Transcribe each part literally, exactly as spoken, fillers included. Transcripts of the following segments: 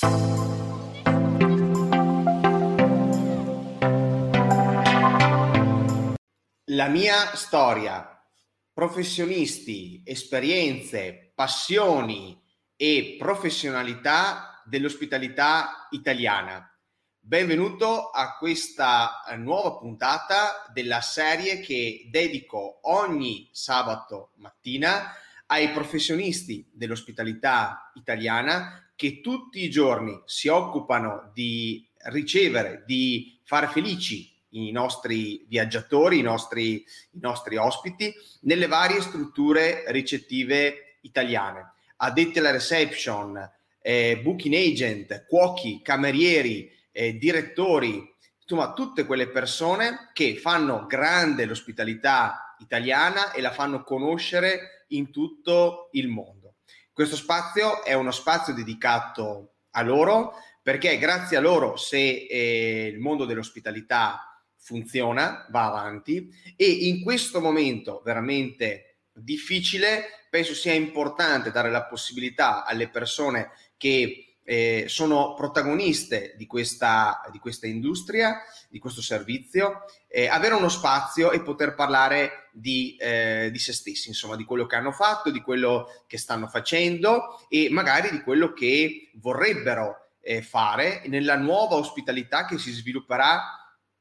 La mia storia, professionisti, esperienze, passioni e professionalità dell'ospitalità italiana. Benvenuto a questa nuova puntata della serie che dedico ogni sabato mattina ai professionisti dell'ospitalità italiana che tutti i giorni si occupano di ricevere, di far felici i nostri viaggiatori, i nostri, i nostri ospiti nelle varie strutture ricettive italiane, addetti alla reception, eh, booking agent, cuochi, camerieri, eh, direttori, insomma tutte quelle persone che fanno grande l'ospitalità italiana e la fanno conoscere in tutto il mondo. Questo spazio è uno spazio dedicato a loro, perché grazie a loro se eh, il mondo dell'ospitalità funziona, va avanti, e in questo momento veramente difficile penso sia importante dare la possibilità alle persone che eh, sono protagoniste di questa, di questa industria, di questo servizio, eh, avere uno spazio e poter parlare di, eh, di se stessi, insomma, di quello che hanno fatto, di quello che stanno facendo e magari di quello che vorrebbero eh, fare nella nuova ospitalità che si svilupperà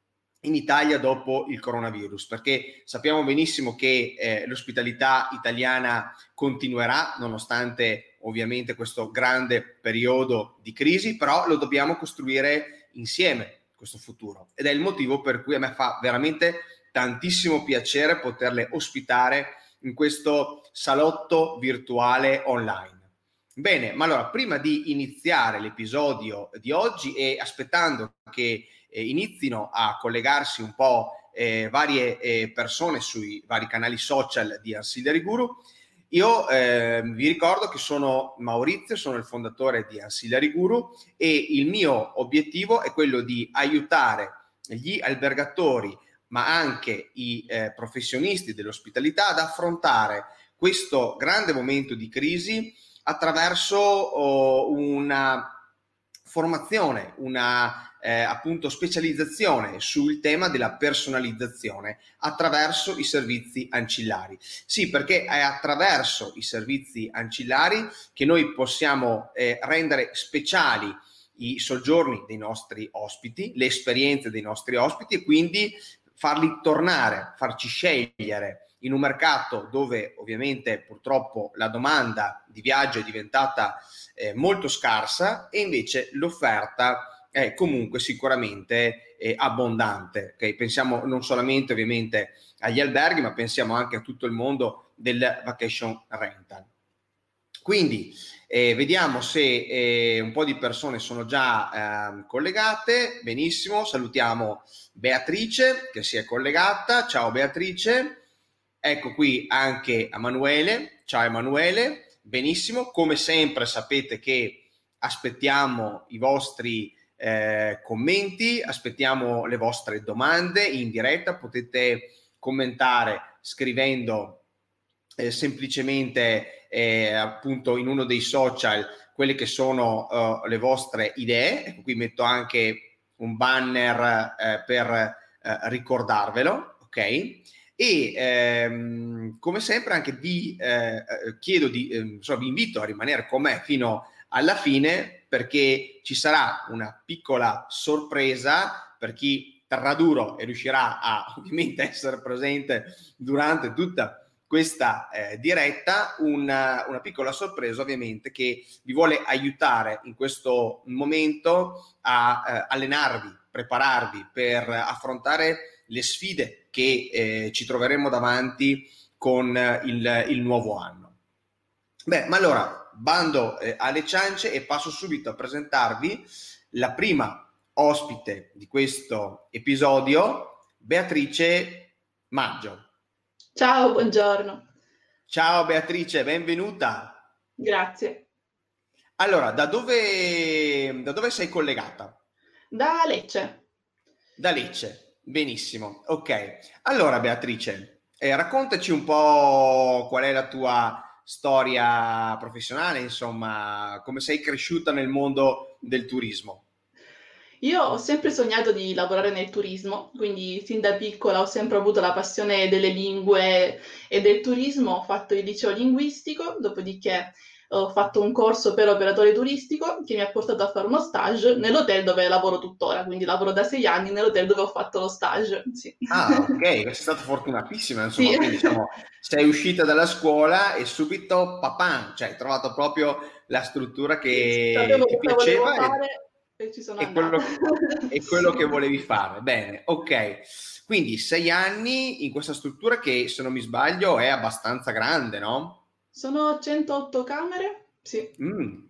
in Italia dopo il coronavirus, perché sappiamo benissimo che eh, l'ospitalità italiana continuerà nonostante ovviamente questo grande periodo di crisi, però lo dobbiamo costruire insieme questo futuro ed è il motivo per cui a me fa veramente tantissimo piacere poterle ospitare in questo salotto virtuale online. Bene, ma allora prima di iniziare l'episodio di oggi e aspettando che eh, inizino a collegarsi un po' eh, varie eh, persone sui vari canali social di Ancillary Guru, io eh, vi ricordo che sono Maurizio, sono il fondatore di Ancillary Guru e il mio obiettivo è quello di aiutare gli albergatori ma anche i eh, professionisti dell'ospitalità ad affrontare questo grande momento di crisi attraverso oh, una formazione, una eh, appunto specializzazione sul tema della personalizzazione attraverso i servizi ancillari. Sì, perché è attraverso i servizi ancillari che noi possiamo eh, rendere speciali i soggiorni dei nostri ospiti, le esperienze dei nostri ospiti e quindi farli tornare, farci scegliere in un mercato dove ovviamente purtroppo la domanda di viaggio è diventata eh, molto scarsa e invece l'offerta è comunque sicuramente eh, abbondante. Okay? Pensiamo non solamente ovviamente agli alberghi, ma pensiamo anche a tutto il mondo del vacation rental. Quindi eh, vediamo se eh, un po' di persone sono già eh, collegate. Benissimo, salutiamo Beatrice che si è collegata. Ciao Beatrice. Ecco qui anche Emanuele. Ciao Emanuele. Benissimo, come sempre sapete che aspettiamo i vostri eh, commenti, aspettiamo le vostre domande in diretta, potete commentare scrivendo eh, semplicemente eh, appunto in uno dei social quelle che sono uh, le vostre idee. Ecco qui metto anche un banner eh, per eh, ricordarvelo, ok? E ehm, come sempre anche vi eh, chiedo di, eh, insomma, vi invito a rimanere con me fino alla fine perché ci sarà una piccola sorpresa per chi terrà duro e riuscirà a ovviamente essere presente durante tutta questa eh, diretta, una, una piccola sorpresa ovviamente che vi vuole aiutare in questo momento a eh, allenarvi, prepararvi per affrontare le sfide che eh, ci troveremo davanti con eh, il, il nuovo anno. Beh, ma allora bando eh, alle ciance e passo subito a presentarvi la prima ospite di questo episodio, Beatrice Maggio. Ciao, buongiorno. Ciao Beatrice, benvenuta. Grazie. Allora, da dove, da dove sei collegata? Da Lecce. Da Lecce, benissimo. Ok, allora Beatrice, eh, raccontaci un po' qual è la tua storia professionale, insomma, come sei cresciuta nel mondo del turismo? Io ho sempre sognato di lavorare nel turismo, quindi sin da piccola ho sempre avuto la passione delle lingue e del turismo. Ho fatto il liceo linguistico, dopodiché ho fatto un corso per operatore turistico che mi ha portato a fare uno stage nell'hotel dove lavoro tuttora, quindi lavoro da sei anni nell'hotel dove ho fatto lo stage. Sì. Ah, ok, sei stata fortunatissima, Sì. insomma, quindi diciamo, sei uscita dalla scuola e subito papà, cioè hai trovato proprio la struttura Sì, che sapevo ti cosa volevo piaceva e, fare e ci sono e andata. quello, e quello che volevi fare. Bene, ok. Quindi sei anni in questa struttura che, se non mi sbaglio, è abbastanza grande, no? Sono centootto camere? Sì, Mm.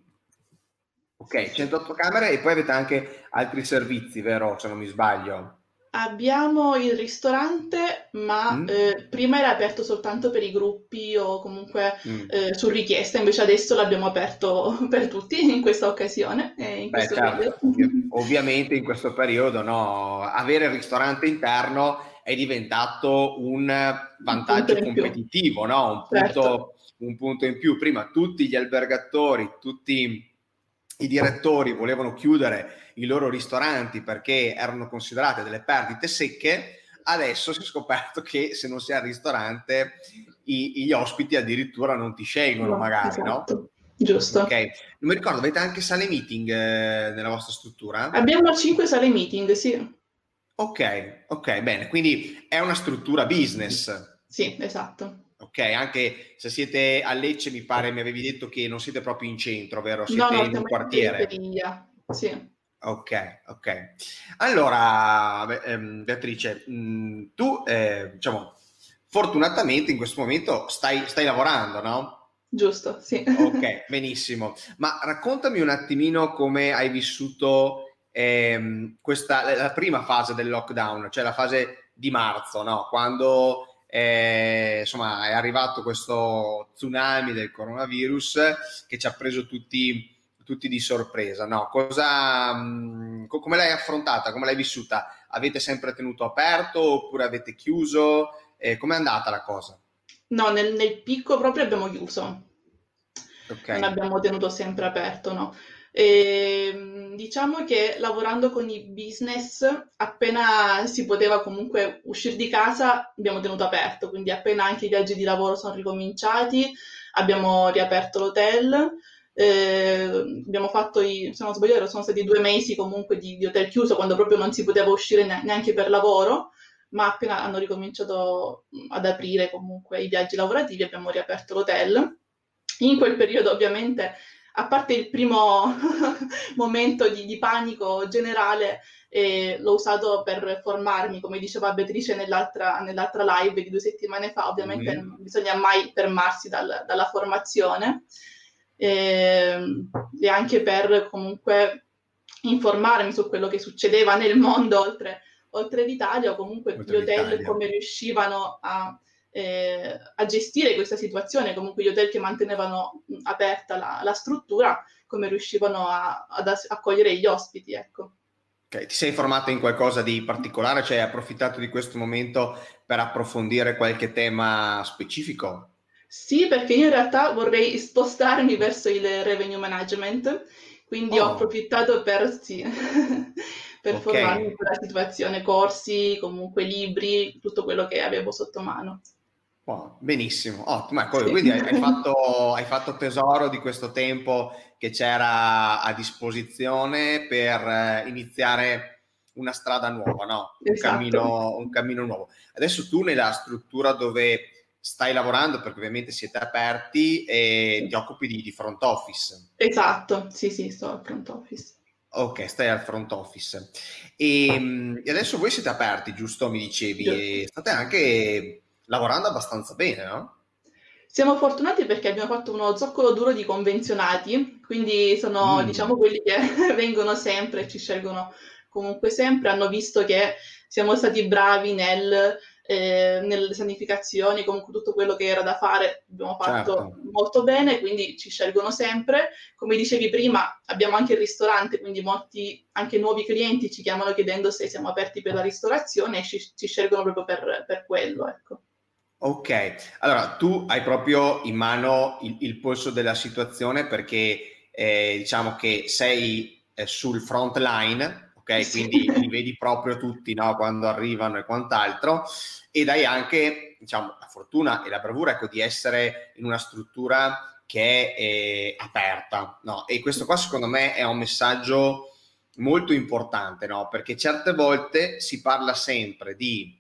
sì, Ok, sì. centootto camere e poi avete anche altri servizi, vero? Se non mi sbaglio. Abbiamo il ristorante, ma Mm? eh, prima era aperto soltanto per i gruppi o comunque Mm. eh, su richiesta, invece adesso l'abbiamo aperto per tutti in questa occasione e in Beh, questo periodo. certo, ovvi- ovviamente in questo periodo, no, avere il ristorante interno è diventato un Un punto vantaggio in più, competitivo, no? Un certo, punto, un punto in più. Prima tutti gli albergatori, tutti i direttori volevano chiudere i loro ristoranti perché erano considerate delle perdite secche. Adesso si è scoperto che se non sei al ristorante, i- gli ospiti addirittura non ti scelgono, no, magari, no? esatto, giusto. Ok, non mi ricordo, avete anche sale meeting eh, nella vostra struttura? Abbiamo cinque sale meeting, sì, Ok, ok, bene, quindi è una struttura business. sì, esatto. Ok, anche se siete a Lecce, mi pare, mi avevi detto che non siete proprio in centro, vero? No, Siete no, in un siamo in quartiere. periferia, sì. Ok, ok. Allora, Be- ehm, Beatrice, mh, tu, eh, diciamo, fortunatamente in questo momento stai, stai lavorando, no? Giusto, sì. Ok, benissimo. Ma raccontami un attimino come hai vissuto ehm, questa, la prima fase del lockdown, cioè la fase di marzo, no? Quando eh, insomma è arrivato questo tsunami del coronavirus che ci ha preso tutti, tutti di sorpresa, no? Cosa, mh, co- come l'hai affrontata? Come l'hai vissuta? Avete sempre tenuto aperto oppure avete chiuso? Eh, com'è andata la cosa? No, nel, nel picco proprio abbiamo chiuso, Ok. non abbiamo tenuto sempre aperto, no. E, diciamo che lavorando con i business, appena si poteva comunque uscire di casa, abbiamo tenuto aperto, quindi appena anche i viaggi di lavoro sono ricominciati, abbiamo riaperto l'hotel. Eh, abbiamo fatto, i, se non sbaglio, sono stati due mesi comunque di, di hotel chiuso, quando proprio non si poteva uscire ne- neanche per lavoro, ma appena hanno ricominciato ad aprire comunque i viaggi lavorativi abbiamo riaperto l'hotel. In quel periodo ovviamente, a parte il primo momento di, di panico generale, eh, l'ho usato per formarmi, come diceva Beatrice nell'altra, nell'altra live di due settimane fa, ovviamente Mhm. non bisogna mai fermarsi dal- dalla formazione, eh, e anche per comunque informarmi su quello che succedeva nel mondo oltre oltre l'Italia o comunque gli Oltre hotel l'Italia. come riuscivano a, eh, a gestire questa situazione, comunque gli hotel che mantenevano mh, aperta la, la struttura, come riuscivano a, ad as- accogliere gli ospiti, ecco. Ok, ti sei informato in qualcosa di particolare? Cioè hai approfittato di questo momento per approfondire qualche tema specifico? Sì, perché io in realtà vorrei spostarmi verso il revenue management, quindi ho Oh, approfittato per, sì, per ok. formarmi in quella situazione, corsi, comunque libri, tutto quello che avevo sotto mano. Wow, benissimo, ottimo. Ecco, Sì. quindi hai, hai fatto, hai fatto tesoro di questo tempo che c'era a disposizione per eh, iniziare una strada nuova, no? Un Esatto. cammino, un cammino nuovo. Adesso tu nella struttura dove stai lavorando, perché ovviamente siete aperti e ti Sì. occupi di, di front office. Esatto, sì, sì, sto al front office. Ok, stai al front office. E, mh, e adesso voi siete aperti, giusto? Mi dicevi, Giusto. e state anche lavorando abbastanza bene, no? Siamo fortunati perché abbiamo fatto uno zoccolo duro di convenzionati, quindi sono, Mm, diciamo, quelli che vengono sempre, ci scelgono comunque sempre, hanno visto che siamo stati bravi nel, eh, nelle sanificazioni, comunque tutto quello che era da fare abbiamo fatto certo. molto bene, quindi ci scelgono sempre. Come dicevi prima, abbiamo anche il ristorante, quindi molti, anche nuovi clienti ci chiamano chiedendo se siamo aperti per la ristorazione e ci, ci scelgono proprio per, per quello, ecco. Ok, allora tu hai proprio in mano il, il polso della situazione perché eh, diciamo che sei eh, sul front line, ok? Sì. Quindi li vedi proprio tutti, no? Quando arrivano e quant'altro, ed hai anche, diciamo, la fortuna e la bravura, ecco, di essere in una struttura che è eh, aperta, no? E questo qua secondo me è un messaggio molto importante, no? Perché certe volte si parla sempre di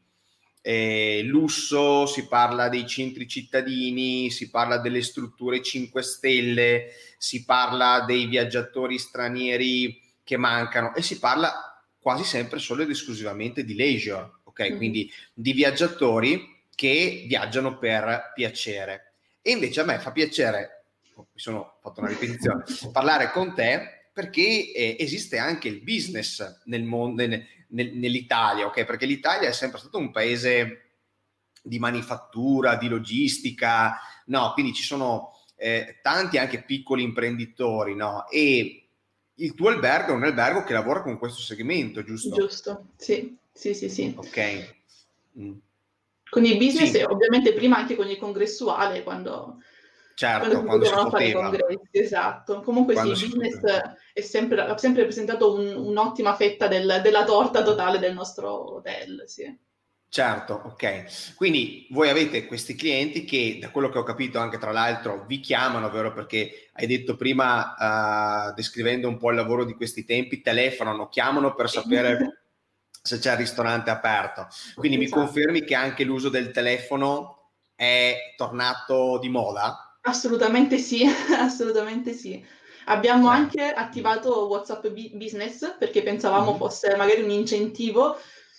eh, lusso, si parla dei centri cittadini, si parla delle strutture cinque stelle, si parla dei viaggiatori stranieri che mancano e si parla quasi sempre solo ed esclusivamente di leisure, ok? Mhm. Quindi di viaggiatori che viaggiano per piacere. E invece a me fa piacere, oh, mi sono fatto una ripetizione, parlare con te perché eh, esiste anche il business nel mondo, nel, nel, nell'Italia, ok? Perché l'Italia è sempre stato un paese di manifattura, di logistica, no? Quindi ci sono eh, tanti anche piccoli imprenditori, no? E il tuo albergo è un albergo che lavora con questo segmento, giusto? Giusto, sì, sì, sì, sì. Ok. Mm. Con il business e Sì, ovviamente prima anche con il congressuale, quando, quando certo, si quando si potevano fare i poteva, congressi, esatto. Comunque sì, quando il si business poteva. è sempre, ha sempre rappresentato un- un'ottima fetta del- della torta totale del nostro hotel, sì. Certo, ok. Quindi voi avete questi clienti che, da quello che ho capito anche tra l'altro, vi chiamano, vero? Perché hai detto prima, eh, descrivendo un po' il lavoro di questi tempi, telefonano, chiamano per Sì. sapere se c'è il ristorante aperto. Quindi mi Esatto. confermi che anche l'uso del telefono è tornato di moda? Assolutamente sì, assolutamente sì. Abbiamo Cioè, anche mm, attivato WhatsApp Bi- Business perché pensavamo mhm. fosse magari un incentivo.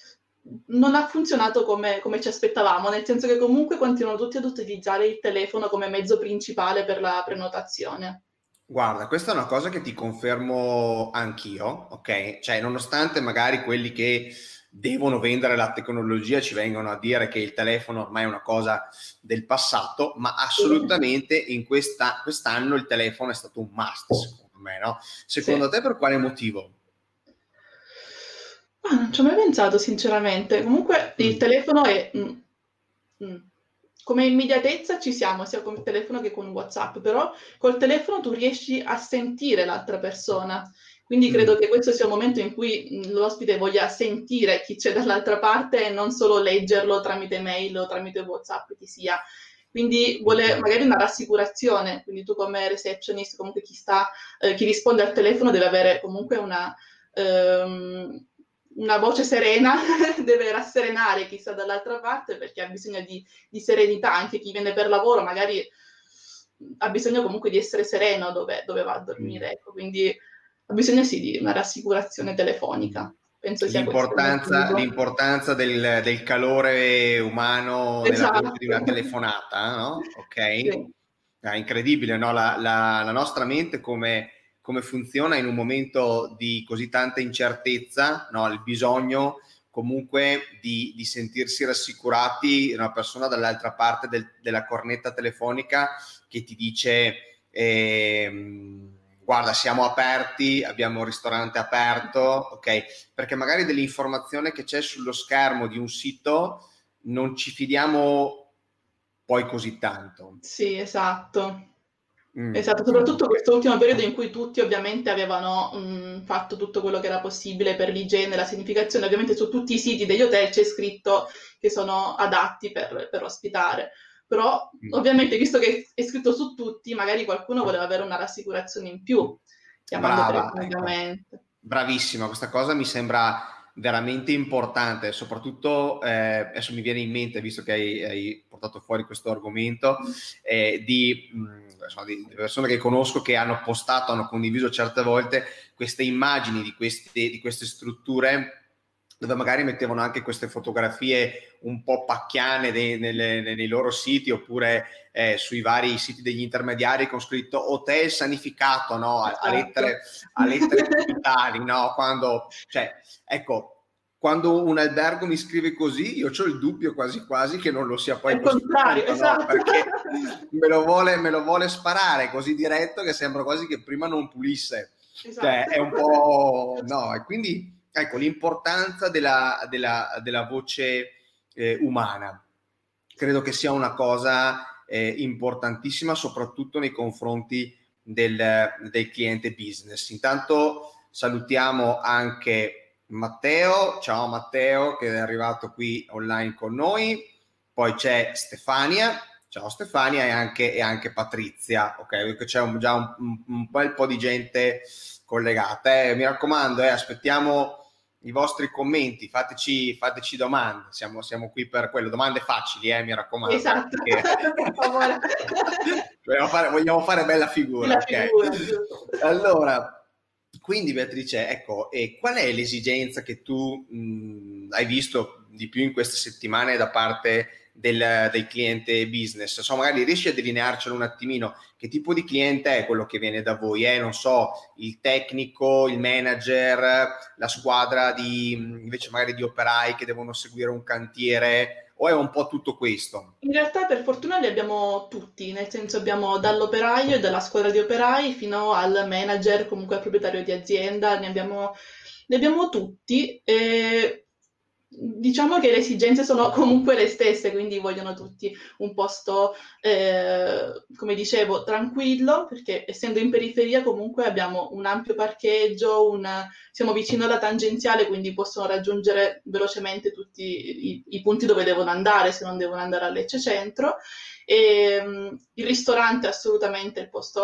Non ha funzionato come, come ci aspettavamo, nel senso che comunque continuano tutti ad utilizzare il telefono come mezzo principale per la prenotazione. Guarda, questa è una cosa che ti confermo anch'io, ok? Cioè, nonostante magari quelli che devono vendere la tecnologia ci vengono a dire che il telefono ormai è una cosa del passato, ma Sì, assolutamente in questa, quest'anno il telefono è stato un must, secondo me, no? Secondo sì. te per quale motivo? Ah, non ci ho mai pensato, sinceramente. Comunque il Mm, telefono è... mm, mm. Come immediatezza ci siamo, sia con il telefono che con WhatsApp, però col telefono tu riesci a sentire l'altra persona. Quindi credo mm, che questo sia il momento in cui mm, l'ospite voglia sentire chi c'è dall'altra parte e non solo leggerlo tramite mail o tramite WhatsApp, chi sia. Quindi ok. vuole magari una rassicurazione, quindi tu come receptionist, comunque chi sta, eh, chi risponde al telefono deve avere comunque una, ehm, una voce serena, deve rasserenare chi sta dall'altra parte perché ha bisogno di, di serenità, anche chi viene per lavoro magari ha bisogno comunque di essere sereno dove, dove va a Mm. dormire, ecco, quindi ha bisogno sì di una rassicurazione telefonica. Penso sia questo il L'importanza, motivo. l'importanza del, del calore umano nella voce di Esatto. una telefonata, no? Ok? Sì, È incredibile, no? La, la- la nostra mente come, come funziona in un momento di così tanta incertezza, no? Il bisogno comunque di, di sentirsi rassicurati, una persona dall'altra parte del- della cornetta telefonica che ti dice ehm, guarda, siamo aperti, abbiamo un ristorante aperto, ok? Perché magari dell'informazione che c'è sullo schermo di un sito non ci fidiamo poi così tanto. sì, esatto. Mm, Esatto, soprattutto ok. questo ultimo periodo in cui tutti ovviamente avevano mh, fatto tutto quello che era possibile per l'igiene, la sanificazione, ovviamente su tutti i siti degli hotel c'è scritto che sono adatti per, per ospitare, però Mm. ovviamente visto che è scritto su tutti, magari qualcuno voleva avere una rassicurazione in più, chiamando Brava, ecco, telefonicamente. bravissima, questa cosa mi sembra veramente importante, soprattutto eh, adesso mi viene in mente, visto che hai, hai portato fuori questo argomento, eh, di, mh, insomma, di persone che conosco che hanno postato, hanno condiviso certe volte queste immagini di queste, di queste strutture dove magari mettevano anche queste fotografie un po' pacchiane dei, nelle, nei loro siti oppure eh, sui vari siti degli intermediari con scritto hotel sanificato, no? A, a Esatto. lettere, a lettere capitali, no? Quando, cioè, ecco, quando un albergo mi scrive così, io ho il dubbio quasi quasi che non lo sia È poi il così contrario, tanto, no? esatto. Perché me lo vuole, me lo vuole sparare così diretto che sembra quasi che prima non pulisse. Cioè, Esatto. è un po'... No, e quindi, ecco, l'importanza della, della, della voce eh, umana. credo che sia una cosa eh, importantissima, soprattutto nei confronti del, del cliente business. Intanto salutiamo anche Matteo. Ciao Matteo, che è arrivato qui online con noi. Poi c'è Stefania. Ciao Stefania, e anche, e anche Patrizia, ok? Perché c'è un, già un, un, un bel po' di gente collegata. Eh. Mi raccomando, eh, aspettiamo i vostri commenti, fateci, fateci domande, siamo, siamo qui per quello, domande facili, eh, mi raccomando. Esatto, perché... per favore. vogliamo, fare, vogliamo fare bella figura, bella ok? figura, giusto. Allora, quindi Beatrice, ecco, e qual è l'esigenza che tu mh, hai visto di più in queste settimane da parte del, del cliente business? Insomma, magari riesci a delinearcelo un attimino, che tipo di cliente è quello che viene da voi? Eh? Non so, il tecnico, il manager, la squadra di invece magari di operai che devono seguire un cantiere, o è un po' tutto questo? In realtà per fortuna li abbiamo tutti, nel senso abbiamo dall'operaio e dalla squadra di operai fino al manager, comunque al proprietario di azienda, ne abbiamo, ne abbiamo tutti. E diciamo che le esigenze sono comunque le stesse, quindi vogliono tutti un posto, eh, come dicevo, tranquillo, perché essendo in periferia comunque abbiamo un ampio parcheggio, una... siamo vicino alla tangenziale, quindi possono raggiungere velocemente tutti i, i punti dove devono andare, se non devono andare a Lecce Centro. E, um, il ristorante è assolutamente il posto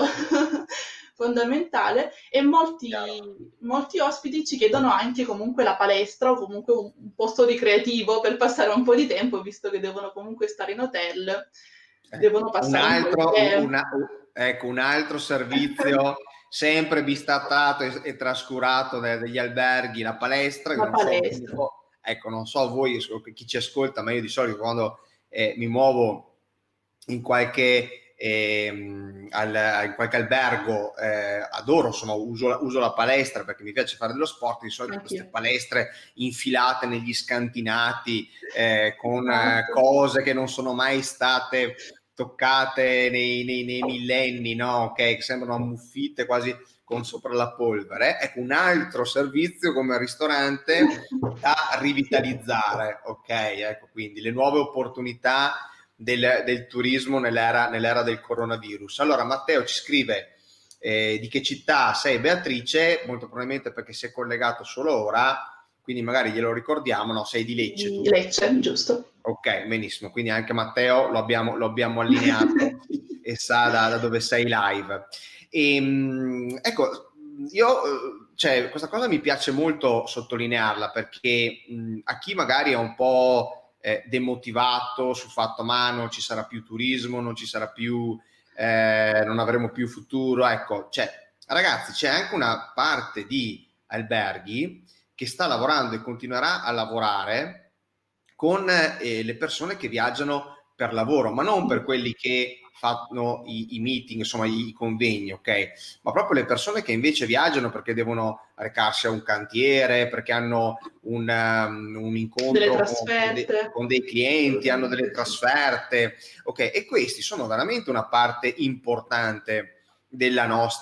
fondamentale, e molti, molti ospiti ci chiedono anche comunque la palestra o comunque un, un posto ricreativo per passare un po' di tempo, visto che devono comunque stare in hotel, devono passare un altro, un po' di tempo. Una, ecco, un altro servizio sempre bistrattato e, e trascurato da, dagli alberghi, la palestra. La non palestra. So, ecco, non so voi, chi ci ascolta, ma io di solito quando eh, mi muovo in qualche, eh, al, in qualche albergo, eh, adoro, insomma, uso, uso la palestra perché mi piace fare dello sport. Di solito Anch'io. queste palestre infilate negli scantinati, eh, con eh, cose che non sono mai state toccate nei, nei, nei millenni, no? Ok, che sembrano ammuffite quasi con sopra la polvere. Ecco, un altro servizio come ristorante da rivitalizzare, ok? Ecco, quindi le nuove opportunità del, del turismo nell'era, nell'era del coronavirus. Allora, Matteo ci scrive eh, di che città sei, Beatrice, molto probabilmente perché si è collegato solo ora, quindi magari glielo ricordiamo, no? Sei di Lecce. Di Lecce, giusto. Ok, benissimo, quindi anche Matteo lo abbiamo, lo abbiamo allineato e sa da, da dove sei live. E, ecco, io, cioè, questa cosa mi piace molto sottolinearla, perché mh, a chi magari è un po' eh, demotivato sul fatto ma non ci sarà più turismo, non ci sarà più, eh, non avremo più futuro, ecco, cioè, ragazzi, c'è anche una parte di alberghi che sta lavorando e continuerà a lavorare con eh, le persone che viaggiano per lavoro, ma non per quelli che fanno i, i meeting, insomma i, i convegni, ok? Ma proprio le persone che invece viaggiano perché devono recarsi a un cantiere, perché hanno un, um, un incontro con, de, con dei clienti, hanno delle trasferte, ok? E questi sono veramente una parte importante della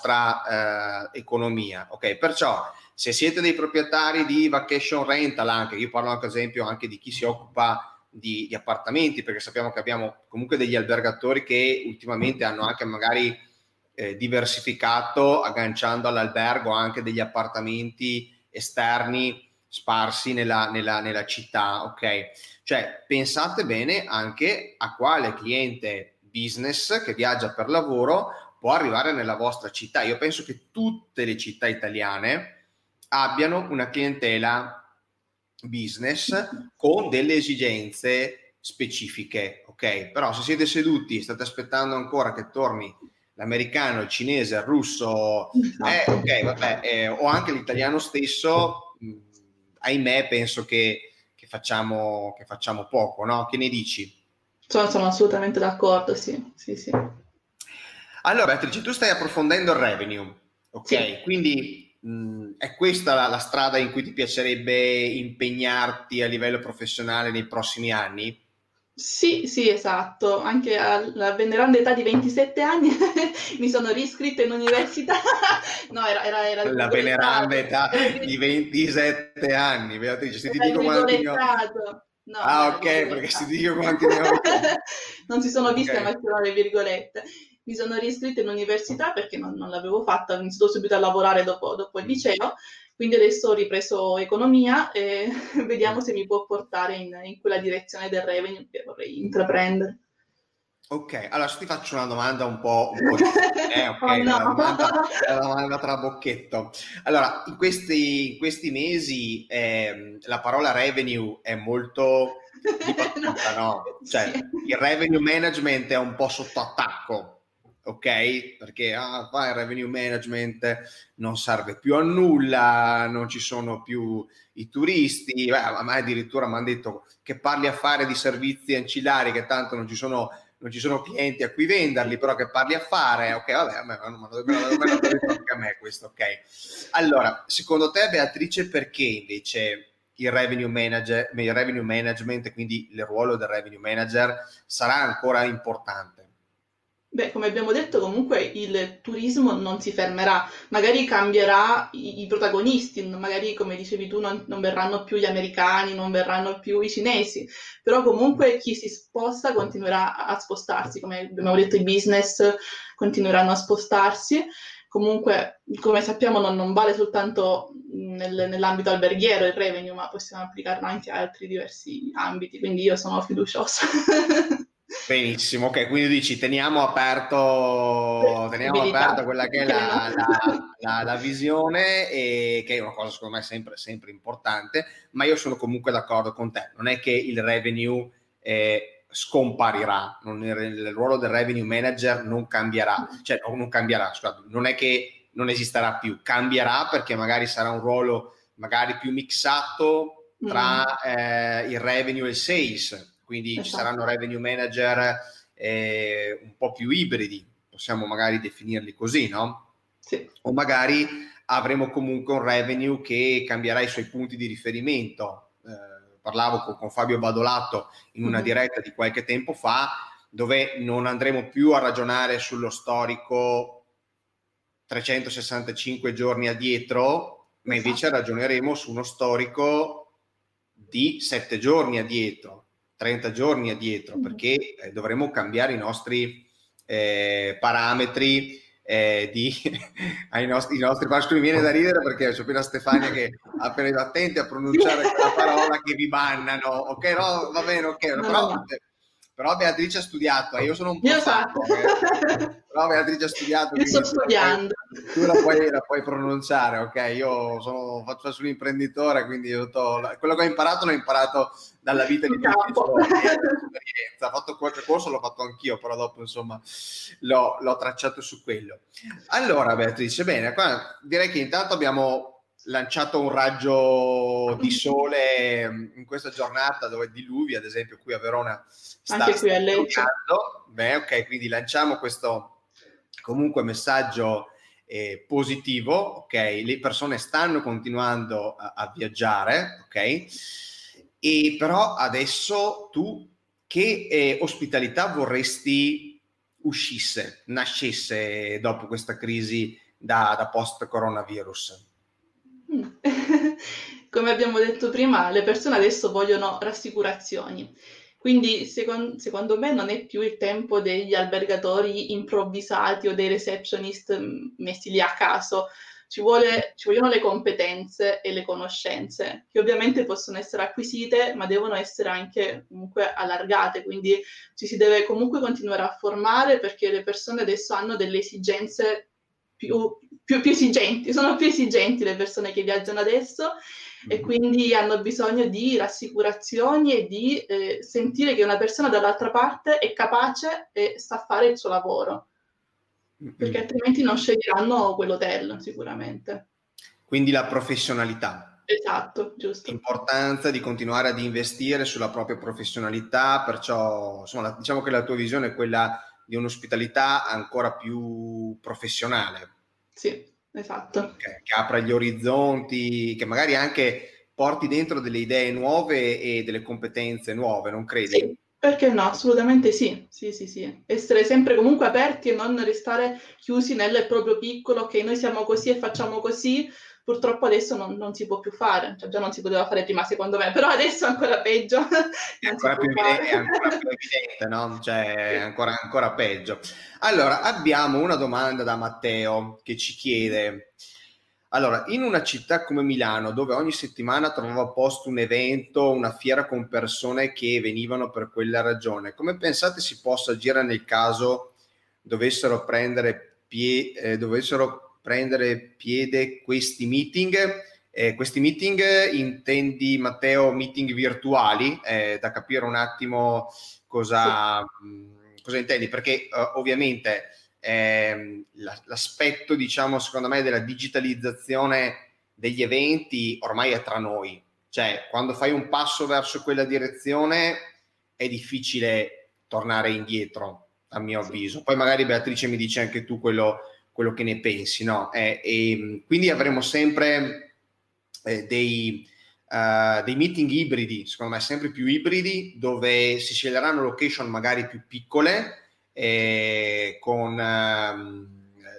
nostra eh, economia, ok? Perciò se siete dei proprietari di vacation rental, anche io parlo anche ad esempio anche di chi si occupa di, di appartamenti, perché sappiamo che abbiamo comunque degli albergatori che ultimamente hanno anche magari eh, diversificato, agganciando all'albergo anche degli appartamenti esterni sparsi nella, nella, nella città, ok? Cioè pensate bene anche a quale cliente business che viaggia per lavoro può arrivare nella vostra città. Io penso che tutte le città italiane abbiano una clientela business con delle esigenze specifiche, ok? Però se siete seduti, state aspettando ancora che torni l'americano, il cinese, il russo, eh, ok, vabbè, eh, o anche l'italiano stesso, mh, ahimè, penso che, che, facciamo, che facciamo poco, no? Che ne dici? Sono, sono assolutamente d'accordo, sì, sì, sì. Allora, Beatrice, tu stai approfondendo il revenue, ok? Sì. Quindi mh, è questa la, la strada in cui ti piacerebbe impegnarti a livello professionale nei prossimi anni? Sì, sì, esatto. Anche alla veneranda età di ventisette anni mi sono riscritta in università. No, era, era, era la veneranda età di ventisette anni, Beatrice. Se ti dico quanti ne ho, No, Ah, beh, ok, perché virgoletta. si dice quanti ne ho io. Non si sono viste, Ok. ma c'erano le virgolette. Mi sono riscritta in università perché non, non l'avevo fatta, ho iniziato subito a lavorare dopo, dopo il Mm, liceo, quindi adesso ho ripreso economia e mm. vediamo se mi può portare in, in quella direzione del revenue che vorrei intraprendere. Ok, allora se ti faccio una domanda un po', un po' difficile, eh? Ok, Oh no! la domanda, la domanda tra bocchetto. Allora, in questi, in questi mesi ehm, la parola revenue è molto No, dibattuta, no? sì. Cioè, il revenue management è un po' sotto attacco, ok? Perché ah, qua il revenue management non serve più a nulla, non ci sono più i turisti, beh, a me addirittura mi hanno detto che parli a fare di servizi ancillari, che tanto non ci sono non ci sono clienti a cui venderli, però che parli a fare, ok, vabbè, me, me, me, me l'hanno detto anche a me questo, ok. Allora, secondo te, Beatrice, perché invece il revenue manager, il revenue management, quindi il ruolo del revenue manager, sarà ancora importante? Beh, come abbiamo detto, comunque il turismo non si fermerà, magari cambierà i, i protagonisti, magari come dicevi tu non, non verranno più gli americani, non verranno più i cinesi, però comunque chi si sposta continuerà a a spostarsi, come abbiamo detto i business continueranno a spostarsi. Comunque, come sappiamo, non, non vale soltanto nel- nell'ambito alberghiero il revenue, ma possiamo applicarlo anche a altri diversi ambiti, quindi io sono fiduciosa. Benissimo, ok, quindi dici teniamo aperto, teniamo Possibilità, aperta quella che è perché no? la, la- la- la visione, e che è una cosa secondo me sempre, sempre importante, ma io sono comunque d'accordo con te, non è che il revenue eh, scomparirà, non- il, il ruolo del revenue manager non cambierà, cioè no, non cambierà, scusate, non è che non esisterà più, cambierà perché magari sarà un ruolo magari più mixato Mm, tra eh, il revenue e il sales, quindi ci saranno esatto, revenue manager eh, un po' più ibridi, possiamo magari definirli così, no? sì. O magari avremo comunque un revenue che cambierà i suoi punti di riferimento. Eh, parlavo con, con Fabio Badolato in una Mhm, diretta di qualche tempo fa, dove non andremo più a ragionare sullo storico trecentosessantacinque giorni addietro, ma invece esatto. ragioneremo su uno storico di sette giorni addietro, trenta giorni addietro, Mhm. perché eh, dovremo cambiare i nostri eh, parametri eh, di, ai nostri, i nostri mi viene da ridere perché c'è appena Stefania che ha appena attenti a Sì. pronunciare quella parola che vi bannano, ok, no, va bene, ok, No, no, però, no. però Beatrice ha studiato, io sono un Io esatto. profano, eh. Però Beatrice ha studiato, Io sto quindi tu la puoi, studiando. tu la puoi, la puoi pronunciare, ok? Io sono, faccio un imprenditore, quindi io to, quello che ho imparato l'ho imparato dalla vita di Sul tutti i campo. giorni, eh, dall'esperienza. Ho fatto qualche corso, l'ho fatto anch'io, però dopo insomma l'ho, l'ho tracciato su quello. Allora Beatrice, bene, qua direi che intanto abbiamo lanciato un raggio di sole in questa giornata dove diluvia, ad esempio qui a Verona sta, Anche qui sta a Lecce. diluvando. Beh, ok, quindi lanciamo questo comunque messaggio eh, positivo, ok? Le persone stanno continuando a, a viaggiare, ok? E però adesso tu che eh, ospitalità vorresti uscisse, nascesse dopo questa crisi da, da post coronavirus? Mm. Come abbiamo detto prima, le persone adesso vogliono rassicurazioni. Quindi, secon- secondo me, non è più il tempo degli albergatori improvvisati o dei receptionist mm, messi lì a caso. Ci vuole- ci vogliono le competenze e le conoscenze, che ovviamente possono essere acquisite, ma devono essere anche comunque allargate. Quindi ci si deve comunque continuare a formare perché le persone adesso hanno delle esigenze più, più, più esigenti, sono più esigenti le persone che viaggiano adesso e Mm-hmm. quindi hanno bisogno di rassicurazioni e di eh, sentire che una persona dall'altra parte è capace e sa fare il suo lavoro, perché Mm-hmm. altrimenti non sceglieranno quell'hotel sicuramente. Quindi la professionalità, Esatto, giusto. l'importanza di continuare ad investire sulla propria professionalità, perciò insomma, diciamo che la tua visione è quella di un'ospitalità ancora più professionale, Sì, esatto. okay? Che apra gli orizzonti, che magari anche porti dentro delle idee nuove e delle competenze nuove, non credi? Sì, perché no? Assolutamente sì. Sì, sì, sì. Essere sempre comunque aperti e non restare chiusi nel proprio piccolo, che noi siamo così e facciamo così, purtroppo adesso non, non si può più fare, cioè già non si poteva fare prima secondo me, però adesso è ancora peggio, È non si ancora può più evidente, è fare. ancora più evidente, no? Cioè, è Sì. ancora, ancora peggio. Allora, abbiamo una domanda da Matteo che ci chiede: allora, in una città come Milano, dove ogni settimana trovava posto un evento, una fiera con persone che venivano per quella ragione, come pensate si possa agire nel caso dovessero prendere, pie- eh, dovessero prendere piede questi meeting? Eh, questi meeting eh, intendi, Matteo, meeting virtuali, eh, da capire un attimo Sì. cosa, mh, cosa intendi, perché eh, ovviamente ehm, la- l'aspetto, diciamo, secondo me, della digitalizzazione degli eventi ormai è tra noi, cioè quando fai un passo verso quella direzione è difficile tornare indietro, a mio Sì. avviso. Poi magari Beatrice mi dice anche tu quello, quello che ne pensi, no? Eh, e quindi avremo sempre eh, dei, uh, dei meeting ibridi, secondo me sempre più ibridi, dove si sceglieranno location magari più piccole, eh, con, ehm,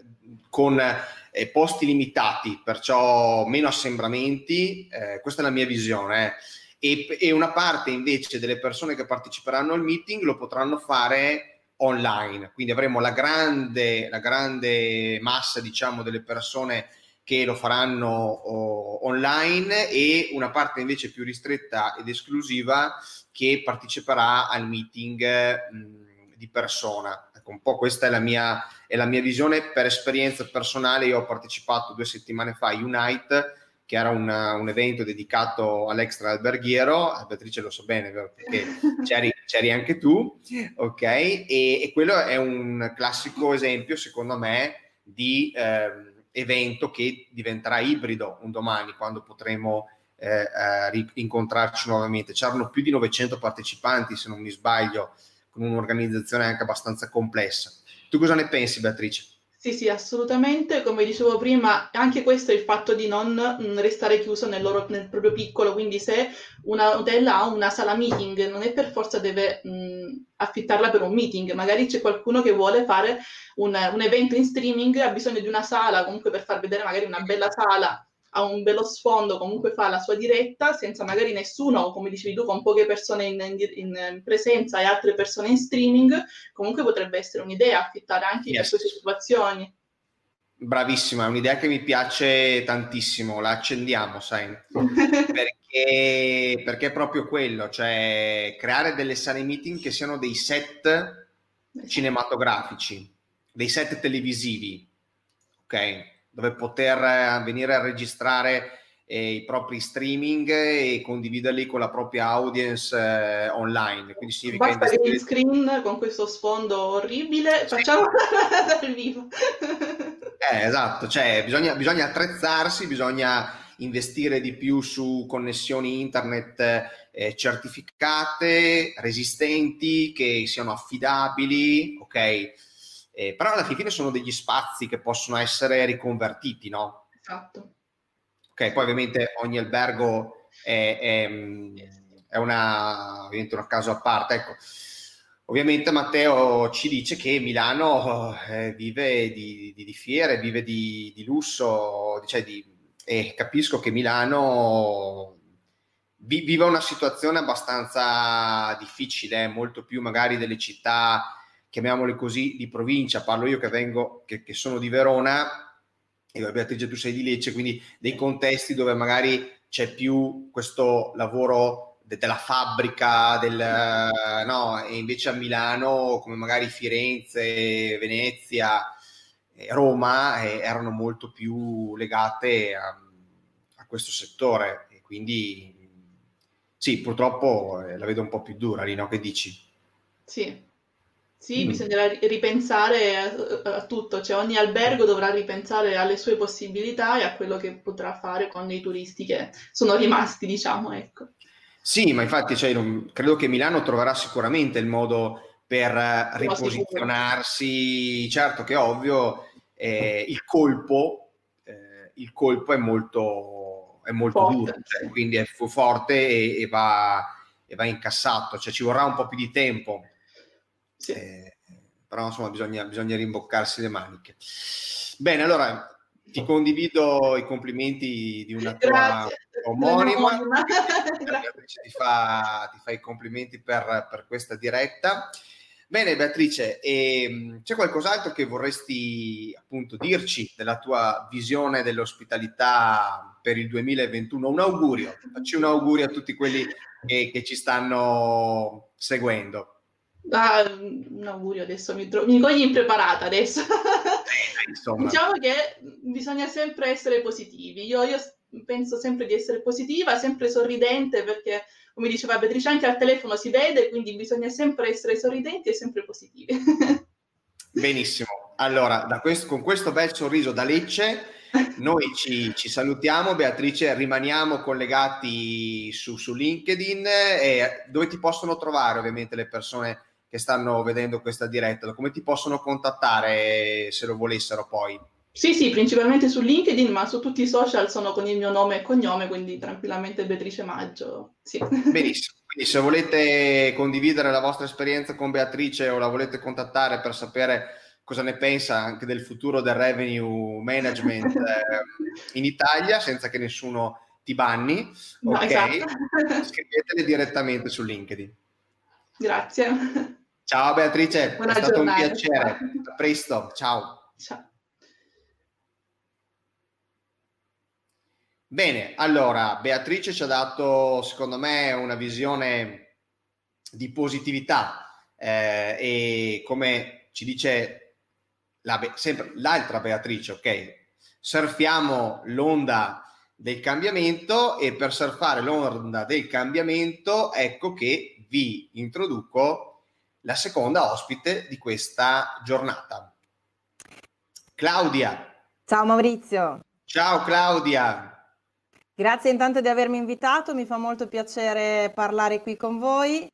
con eh, posti limitati, perciò meno assembramenti, eh, questa è la mia visione. Eh. E, e una parte invece delle persone che parteciperanno al meeting lo potranno fare online, quindi avremo la grande, la grande massa, diciamo, delle persone che lo faranno oh, online e una parte invece più ristretta ed esclusiva che parteciperà al meeting mh, di persona. Ecco, un po' questa è la mia, è la mia visione. Per esperienza personale io ho partecipato due settimane fa a Unite, che era una, un evento dedicato all'extra alberghiero. Beatrice lo so bene, vero? Perché c'eri, c'eri anche tu, ok? E, e quello è un classico esempio, secondo me, di eh, evento che diventerà ibrido un domani, quando potremo eh, eh, incontrarci nuovamente. C'erano più di novecento partecipanti, se non mi sbaglio, con un'organizzazione anche abbastanza complessa. Tu cosa ne pensi, Beatrice? Sì, sì, assolutamente. Come dicevo prima, anche questo è il fatto di non mh, restare chiuso nel, loro, nel proprio piccolo. Quindi, se una hotel ha una sala meeting, non è per forza deve mh, affittarla per un meeting. Magari c'è qualcuno che vuole fare un, un evento in streaming, ha bisogno di una sala comunque per far vedere magari una bella sala, ha un bello sfondo, comunque fa la sua diretta senza magari nessuno, come dicevi tu, con poche persone in, in, in presenza e altre persone in streaming. Comunque potrebbe essere un'idea affittare anche per Yes. queste situazioni. Bravissima, è un'idea che mi piace tantissimo, la accendiamo, sai, perché, perché è proprio quello, cioè creare delle sale meeting che siano dei set Esatto. cinematografici, dei set televisivi, ok? Dove poter venire a registrare eh, i propri streaming e condividerli con la propria audience eh, online, quindi significa Basta green investire. screen con questo sfondo orribile, Sì. facciamo dal vivo. Eh, esatto, cioè bisogna, bisogna attrezzarsi, bisogna investire di più su connessioni internet eh, certificate, resistenti, che siano affidabili, ok? Eh, però alla fine sono degli spazi che possono essere riconvertiti, no? Esatto. Ok, poi Sì. ovviamente ogni albergo è, è, è una, ovviamente un caso a parte. Ecco, ovviamente Matteo ci dice che Milano eh, vive di, di, di fiere, vive di, di lusso, cioè di, e capisco che Milano vi, vive una situazione abbastanza difficile, molto più magari delle città, chiamiamole così, di provincia. Parlo io che vengo, che, che sono di Verona, e Beatrice tu sei di Lecce, quindi dei contesti dove magari c'è più questo lavoro de- della fabbrica, del, no, e invece a Milano, come magari Firenze, Venezia, eh, Roma, eh, erano molto più legate a, a questo settore, e quindi sì, purtroppo eh, la vedo un po' più dura lì, no? Che dici? Sì. Sì, Mm. bisognerà ri- ripensare a, a tutto, cioè ogni albergo dovrà ripensare alle sue possibilità e a quello che potrà fare con i turisti che sono rimasti, diciamo, ecco. Sì, ma infatti cioè, non- credo che Milano troverà sicuramente il modo per eh, Sono sicura. riposizionarsi. Certo che è ovvio, eh, il colpo, eh, il colpo è molto, è molto duro, Forte, cioè, sì. quindi è fu- forte e, e va, e va incassato, cioè ci vorrà un po' più di tempo. Sì. Eh, però insomma bisogna, bisogna rimboccarsi le maniche. Bene, allora Ti condivido i complimenti di una tua Grazie. omonima. Beatrice ti fa, ti fa i complimenti per, per questa diretta. Bene Beatrice, e, c'è qualcos'altro che vorresti appunto dirci della tua visione dell'ospitalità per il duemilaventuno? Un augurio, facci un augurio a tutti quelli che, che ci stanno seguendo. Ah, un augurio, adesso mi, tro- mi cogli impreparata adesso. Insomma. Diciamo che bisogna sempre essere positivi. Io, io penso sempre di essere positiva, sempre sorridente, perché come diceva Beatrice anche al telefono si vede, quindi bisogna sempre essere sorridenti e sempre positivi. Benissimo, allora da questo, con questo bel sorriso da Lecce noi ci, ci salutiamo. Beatrice, rimaniamo collegati su, su LinkedIn, e dove ti possono trovare ovviamente le persone che stanno vedendo questa diretta, come ti possono contattare se lo volessero poi? Sì, sì, principalmente su LinkedIn, ma su tutti i social sono con il mio nome e cognome, quindi tranquillamente Beatrice Maggio. Sì. Benissimo, quindi se volete condividere la vostra esperienza con Beatrice o la volete contattare per sapere cosa ne pensa anche del futuro del revenue management eh, in Italia, senza che nessuno ti banni, No, ok? esatto. Scrivetele direttamente su LinkedIn. Grazie. Ciao Beatrice, Buona è stato un giornata. piacere. A presto, ciao. Ciao. Bene, allora Beatrice ci ha dato, secondo me, una visione di positività eh, e come ci dice la, sempre l'altra Beatrice, ok? Surfiamo l'onda del cambiamento, e per surfare l'onda del cambiamento ecco che vi introduco la seconda ospite di questa giornata, Claudia. Ciao Maurizio. Ciao Claudia. Grazie intanto di avermi invitato, mi fa molto piacere parlare qui con voi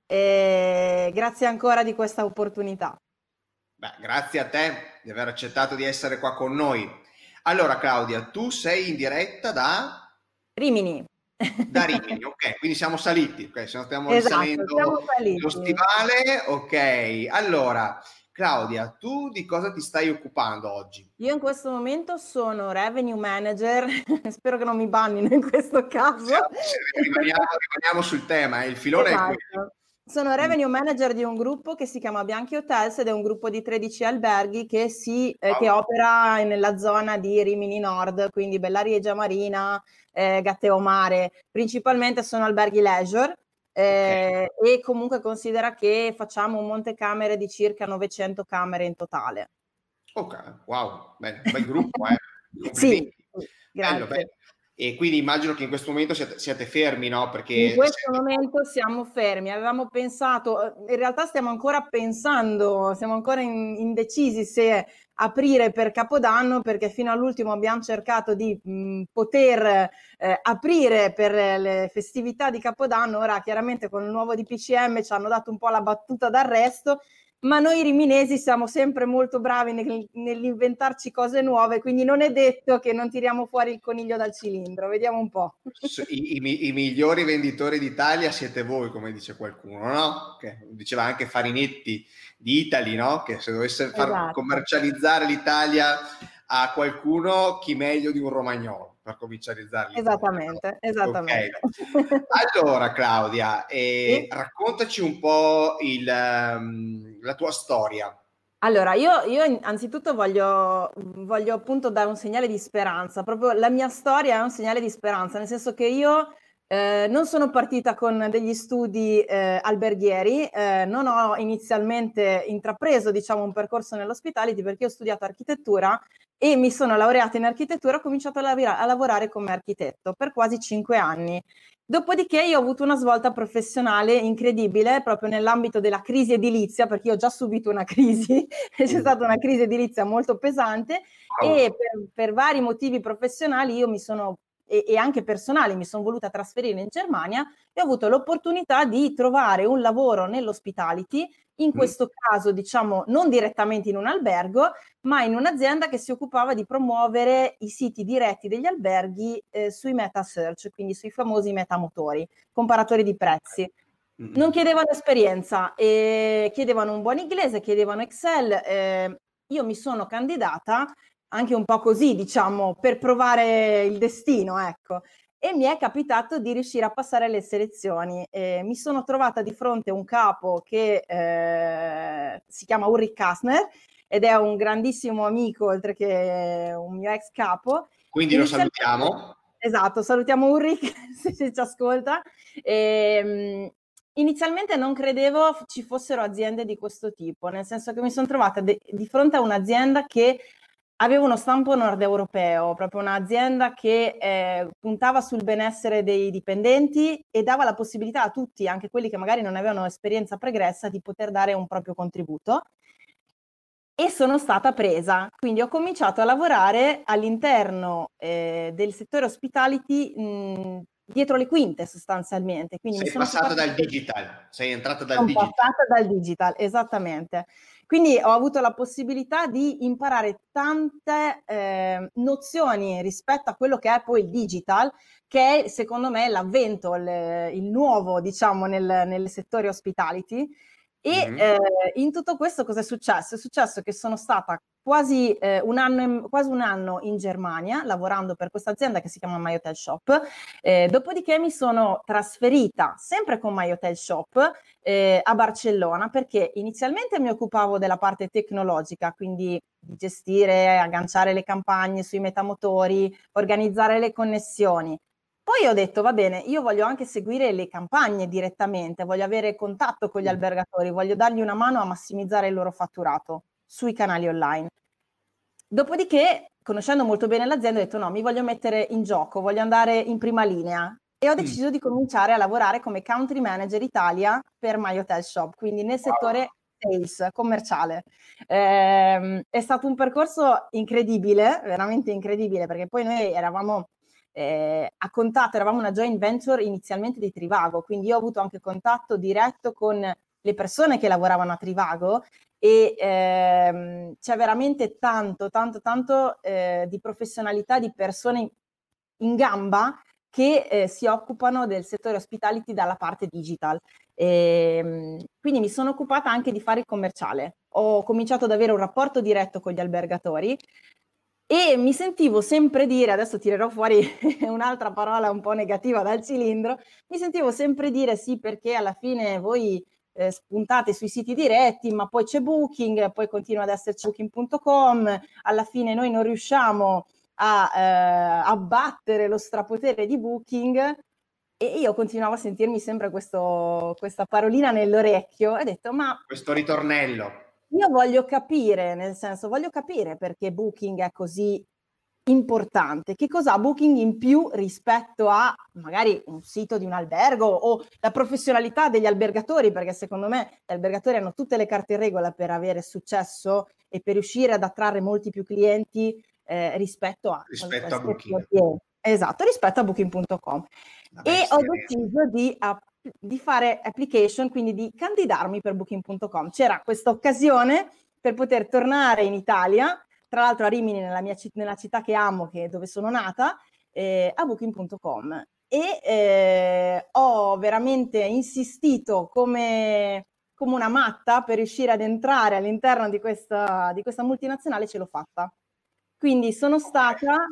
e grazie ancora di questa opportunità. Beh, grazie a te di aver accettato di essere qua con noi. Allora Claudia, tu sei in diretta da? Rimini. Da Rimini, ok, quindi siamo saliti, ok, se no stiamo Esatto, risalendo siamo saliti. lo stivale, ok. Allora, Claudia, tu di cosa ti stai occupando oggi? Io in questo momento sono revenue manager, spero che non mi bannino in questo caso. Rimaniamo, rimaniamo sul tema, eh. Il filone esatto. è quello. Sono revenue manager di un gruppo che si chiama Bianchi Hotels ed è un gruppo di tredici alberghi che, si, eh, Wow. che opera nella zona di Rimini Nord, quindi Bellariegia Marina, eh, Gatteo Mare. Principalmente sono alberghi leisure eh, okay. E comunque considera che facciamo un montecamere di circa novecento camere in totale. Ok, wow, bene, bel gruppo, eh. Sì, bello, grazie. bello. E quindi immagino che in questo momento siete, siete fermi, no? Perché in questo momento siamo fermi, avevamo pensato, in realtà stiamo ancora pensando, siamo ancora in, indecisi se aprire per Capodanno, perché fino all'ultimo abbiamo cercato di mh, poter eh, aprire per le festività di Capodanno. Ora chiaramente con il nuovo D P C M ci hanno dato un po' la battuta d'arresto, ma noi riminesi siamo sempre molto bravi nel, nell'inventarci cose nuove, quindi non è detto che non tiriamo fuori il coniglio dal cilindro, vediamo un po'. I, i, i migliori venditori d'Italia siete voi, come dice qualcuno, no? Che diceva anche Farinetti di Italy, no? Che se dovesse far esatto. commercializzare l'Italia a qualcuno, chi meglio di un romagnolo per commercializzare l'Italia. Esattamente, esattamente. Okay. Allora Claudia, eh, sì? raccontaci un po' il, um, la tua storia. Allora, io, io anzitutto voglio, voglio appunto dare un segnale di speranza, proprio la mia storia è un segnale di speranza, nel senso che io eh, non sono partita con degli studi eh, alberghieri, eh, non ho inizialmente intrapreso, diciamo, un percorso nell'hospitality perché ho studiato architettura e mi sono laureata in architettura, ho cominciato a, lavora- a lavorare come architetto per quasi cinque anni. Dopodiché io ho avuto una svolta professionale incredibile proprio nell'ambito della crisi edilizia, perché io ho già subito una crisi, c'è stata una crisi edilizia molto pesante e per, per vari motivi professionali io mi sono, e, e anche personali, mi sono voluta trasferire in Germania e ho avuto l'opportunità di trovare un lavoro nell'hospitality, in questo caso diciamo non direttamente in un albergo, ma in un'azienda che si occupava di promuovere i siti diretti degli alberghi eh, sui meta search, quindi sui famosi metamotori, comparatori di prezzi. Non chiedevano esperienza, eh, chiedevano un buon inglese, chiedevano Excel. Eh, io mi sono candidata anche un po' così, diciamo, per provare il destino, ecco. E mi è capitato di riuscire a passare le selezioni. E mi sono trovata di fronte a un capo che eh, si chiama Ulrich Kastner ed è un grandissimo amico, oltre che un mio ex capo. Quindi lo salutiamo. Esatto, salutiamo Ulrich se, se ci ascolta. E, inizialmente non credevo ci fossero aziende di questo tipo, nel senso che mi sono trovata de- di fronte a un'azienda che aveva uno stampo nord europeo, proprio un'azienda che eh, puntava sul benessere dei dipendenti e dava la possibilità a tutti, anche quelli che magari non avevano esperienza pregressa, di poter dare un proprio contributo. E sono stata presa, quindi ho cominciato a lavorare all'interno eh, del settore hospitality mh, dietro le quinte sostanzialmente. Quindi sei mi sono passata occupata dal di... digital, sei entrata dal Sono digital. passata dal digital, esattamente. Quindi ho avuto la possibilità di imparare tante eh, nozioni rispetto a quello che è poi il digital, che è secondo me l'avvento, il, il nuovo, diciamo, nel, nel settore hospitality. E Mhm. eh, in tutto questo cosa è successo? È successo che sono stata quasi, eh, un anno, quasi un anno in Germania lavorando per questa azienda che si chiama My Hotel Shop. Eh, dopodiché mi sono trasferita sempre con My Hotel Shop eh, a Barcellona perché inizialmente mi occupavo della parte tecnologica, quindi di gestire, agganciare le campagne sui metamotori, organizzare le connessioni. Poi ho detto, va bene, io voglio anche seguire le campagne direttamente, voglio avere contatto con gli albergatori, voglio dargli una mano a massimizzare il loro fatturato sui canali online. Dopodiché, conoscendo molto bene l'azienda, ho detto no, mi voglio mettere in gioco, voglio andare in prima linea e ho deciso di cominciare a lavorare come country manager Italia per My Hotel Shop, quindi nel settore sales, commerciale. Ehm, è stato un percorso incredibile, veramente incredibile, perché poi noi eravamo eh, a contatto, eravamo una joint venture inizialmente di Trivago, quindi io ho avuto anche contatto diretto con le persone che lavoravano a Trivago e ehm, c'è veramente tanto, tanto, tanto eh, di professionalità, di persone in, in gamba che eh, si occupano del settore hospitality dalla parte digital. E, quindi mi sono occupata anche di fare il commerciale. Ho cominciato ad avere un rapporto diretto con gli albergatori e mi sentivo sempre dire, adesso tirerò fuori un'altra parola un po' negativa dal cilindro, mi sentivo sempre dire sì perché alla fine voi eh, spuntate sui siti diretti, ma poi c'è Booking, poi continua ad esserci booking punto com, alla fine noi non riusciamo a eh, abbattere lo strapotere di Booking e io continuavo a sentirmi sempre questo, questa parolina nell'orecchio e ho detto ma questo ritornello. io voglio capire, nel senso, voglio capire perché Booking è così importante. Che cosa ha Booking in più rispetto a magari un sito di un albergo o la professionalità degli albergatori? Perché secondo me gli albergatori hanno tutte le carte in regola per avere successo e per riuscire ad attrarre molti più clienti eh, rispetto a rispetto a qualsiasi Booking. azienda. Esatto, rispetto a booking punto com. E ho deciso di, di fare application, quindi di candidarmi per booking punto com. C'era questa occasione per poter tornare in Italia, tra l'altro a Rimini, nella, mia, nella città che amo, che è dove sono nata, eh, a booking punto com. E eh, ho veramente insistito come, come una matta per riuscire ad entrare all'interno di questa, di questa multinazionale, ce l'ho fatta. Quindi sono stata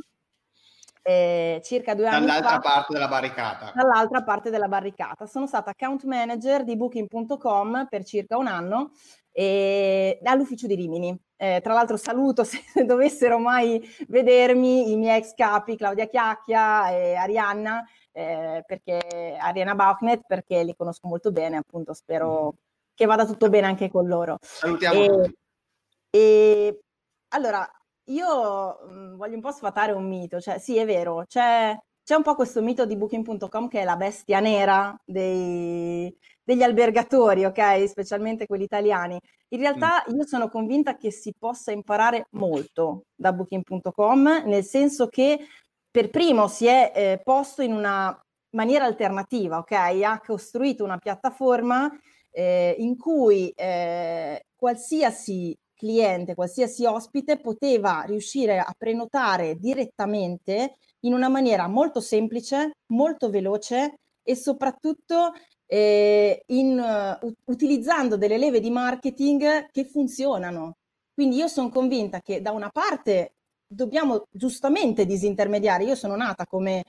eh, circa due anni fa dall'altra parte della barricata. Dall'altra parte della barricata. Sono stata account manager di booking punto com per circa un anno e, all'ufficio di Rimini. Eh, tra l'altro saluto se dovessero mai vedermi i miei ex capi Claudia Chiacchia e Arianna, eh, perché Arianna Bauchnet, perché li conosco molto bene, appunto spero mm. che vada tutto bene anche con loro. Salutiamo e, tutti. E, allora, io mh, voglio un po' sfatare un mito, cioè sì è vero, c'è, c'è un po' questo mito di booking punto com che è la bestia nera dei, degli albergatori, ok? Specialmente quelli italiani. In realtà io sono convinta che si possa imparare molto da booking punto com, nel senso che per primo si è eh, posto in una maniera alternativa, ok? Ha costruito una piattaforma eh, in cui eh, qualsiasi cliente, qualsiasi ospite poteva riuscire a prenotare direttamente in una maniera molto semplice, molto veloce e soprattutto eh, in, uh, utilizzando delle leve di marketing che funzionano. Quindi io sono convinta che da una parte dobbiamo giustamente disintermediare. Io sono nata come,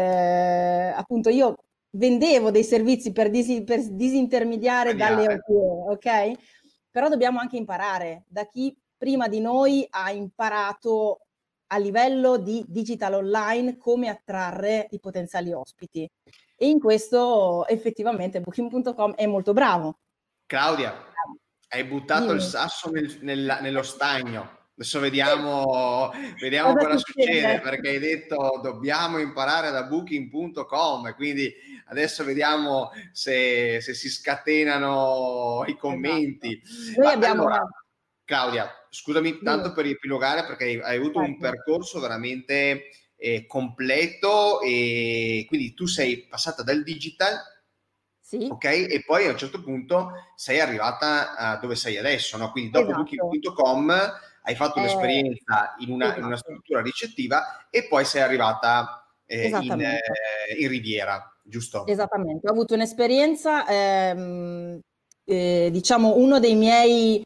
eh, appunto, io vendevo dei servizi per, disi, per disintermediare dalle O T E, ok? Però dobbiamo anche imparare da chi prima di noi ha imparato a livello di digital online come attrarre i potenziali ospiti. E in questo effettivamente Booking punto com è molto bravo. Claudia, hai buttato Dimmi. il sasso nel, nel, nello stagno. Adesso vediamo, vediamo cosa, cosa succede, perché hai detto dobbiamo imparare da Booking punto com, quindi adesso vediamo se, se si scatenano i commenti. Esatto. Noi abbiamo allora, una... Claudia, scusami tanto per riepilogare, perché hai, hai avuto certo. un percorso veramente eh, completo, e quindi tu sei passata dal digital, sì. ok, e poi a un certo punto sei arrivata a dove sei adesso, no? Quindi dopo esatto. Booking punto com hai fatto eh, l'esperienza in una, esatto. in una struttura ricettiva e poi sei arrivata eh, in, eh, in Riviera, giusto? Esattamente, ho avuto un'esperienza, ehm, eh, diciamo uno dei miei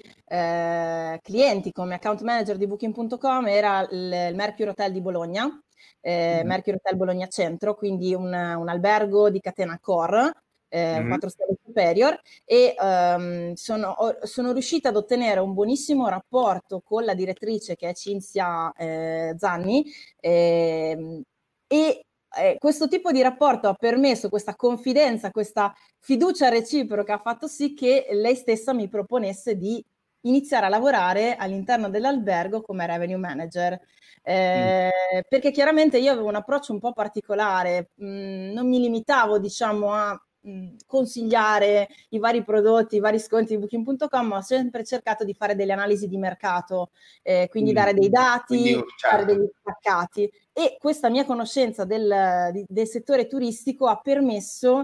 eh, clienti come account manager di Booking punto com era il, il Mercury Hotel di Bologna, eh, mm. Mercury Hotel Bologna Centro, quindi un, un albergo di catena Core, eh, mm. quattro stelle superior, e um, sono, sono riuscita ad ottenere un buonissimo rapporto con la direttrice, che è Cinzia eh, Zanni, eh, e Eh, questo tipo di rapporto ha permesso, questa confidenza, questa fiducia reciproca ha fatto sì che lei stessa mi proponesse di iniziare a lavorare all'interno dell'albergo come revenue manager, eh, mm. perché chiaramente io avevo un approccio un po' particolare, mh, non mi limitavo, diciamo, a mh, consigliare i vari prodotti, i vari sconti di Booking punto com, ma ho sempre cercato di fare delle analisi di mercato, eh, quindi mm. dare dei dati, quindi, certo. dare degli staccati. E questa mia conoscenza del, di, del settore turistico ha permesso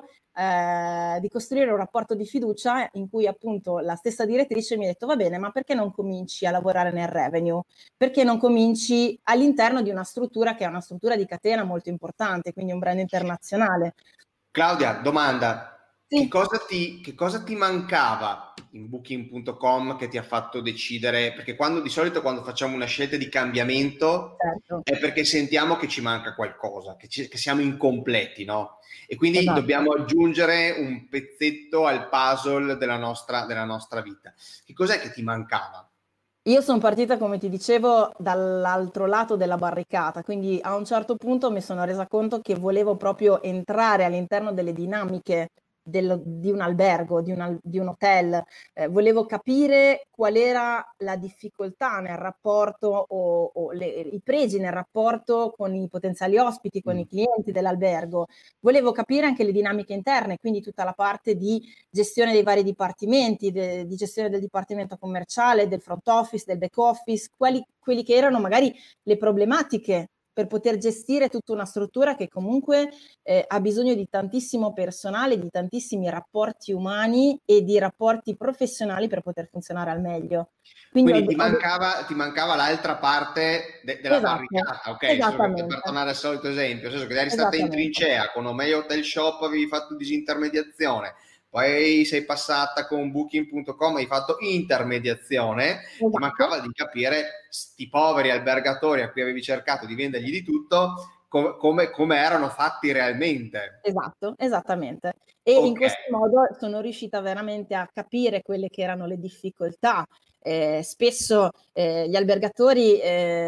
eh, di costruire un rapporto di fiducia in cui appunto la stessa direttrice mi ha detto: va bene, ma perché non cominci a lavorare nel revenue? Perché non cominci all'interno di una struttura che è una struttura di catena molto importante, quindi un brand internazionale? Claudia, domanda. Sì. Che cosa ti, che cosa ti mancava in Booking punto com che ti ha fatto decidere? Perché quando di solito quando facciamo una scelta di cambiamento certo. è perché sentiamo che ci manca qualcosa, che, ci, che siamo incompleti, no? E quindi esatto. dobbiamo aggiungere un pezzetto al puzzle della nostra, della nostra vita. Che cos'è che ti mancava? Io sono partita, come ti dicevo, dall'altro lato della barricata, quindi a un certo punto mi sono resa conto che volevo proprio entrare all'interno delle dinamiche Del, di un albergo, di un, di un hotel, eh, volevo capire qual era la difficoltà nel rapporto o, o le, i pregi nel rapporto con i potenziali ospiti, con mm. i clienti dell'albergo, volevo capire anche le dinamiche interne, quindi tutta la parte di gestione dei vari dipartimenti, de, di gestione del dipartimento commerciale, del front office, del back office, quali, quelli che erano magari le problematiche per poter gestire tutta una struttura che comunque eh, ha bisogno di tantissimo personale, di tantissimi rapporti umani e di rapporti professionali per poter funzionare al meglio. Quindi, Quindi ho, ti, mancava, ho... ti mancava l'altra parte de- della esatto, barricata, ok? Esattamente. Per tornare al solito esempio, nel senso che eri stata in trincea, con Omei Hotel Shop avevi fatto disintermediazione, poi sei passata con Booking punto com, hai fatto intermediazione, esatto. Ti mancava di capire sti poveri albergatori a cui avevi cercato di vendergli di tutto, com- come, come erano fatti realmente. Esatto, esattamente. E okay. in questo modo sono riuscita veramente a capire quelle che erano le difficoltà. Eh, spesso eh, gli albergatori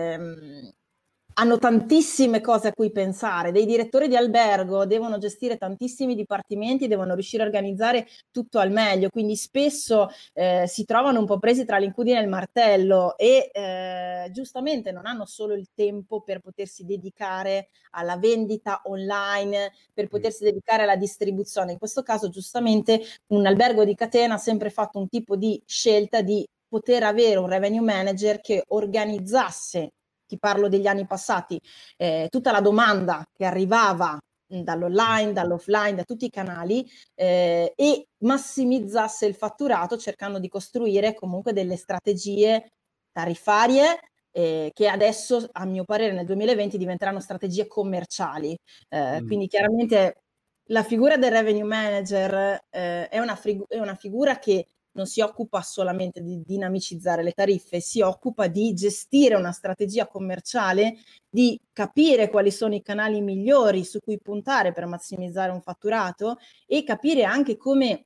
ehm, hanno tantissime cose a cui pensare, dei direttori di albergo devono gestire tantissimi dipartimenti, devono riuscire a organizzare tutto al meglio, quindi spesso eh, si trovano un po' presi tra l'incudine e il martello e eh, giustamente non hanno solo il tempo per potersi dedicare alla vendita online, per potersi dedicare alla distribuzione. In questo caso giustamente un albergo di catena ha sempre fatto un tipo di scelta di poter avere un revenue manager che organizzasse, ti parlo degli anni passati, eh, tutta la domanda che arrivava dall'online, dall'offline, da tutti i canali eh, e massimizzasse il fatturato cercando di costruire comunque delle strategie tariffarie eh, che adesso, a mio parere, nel duemilaventi diventeranno strategie commerciali. Eh, mm. Quindi chiaramente la figura del revenue manager eh, è, una frig- è una figura che non si occupa solamente di dinamicizzare le tariffe, si occupa di gestire una strategia commerciale, di capire quali sono i canali migliori su cui puntare per massimizzare un fatturato e capire anche come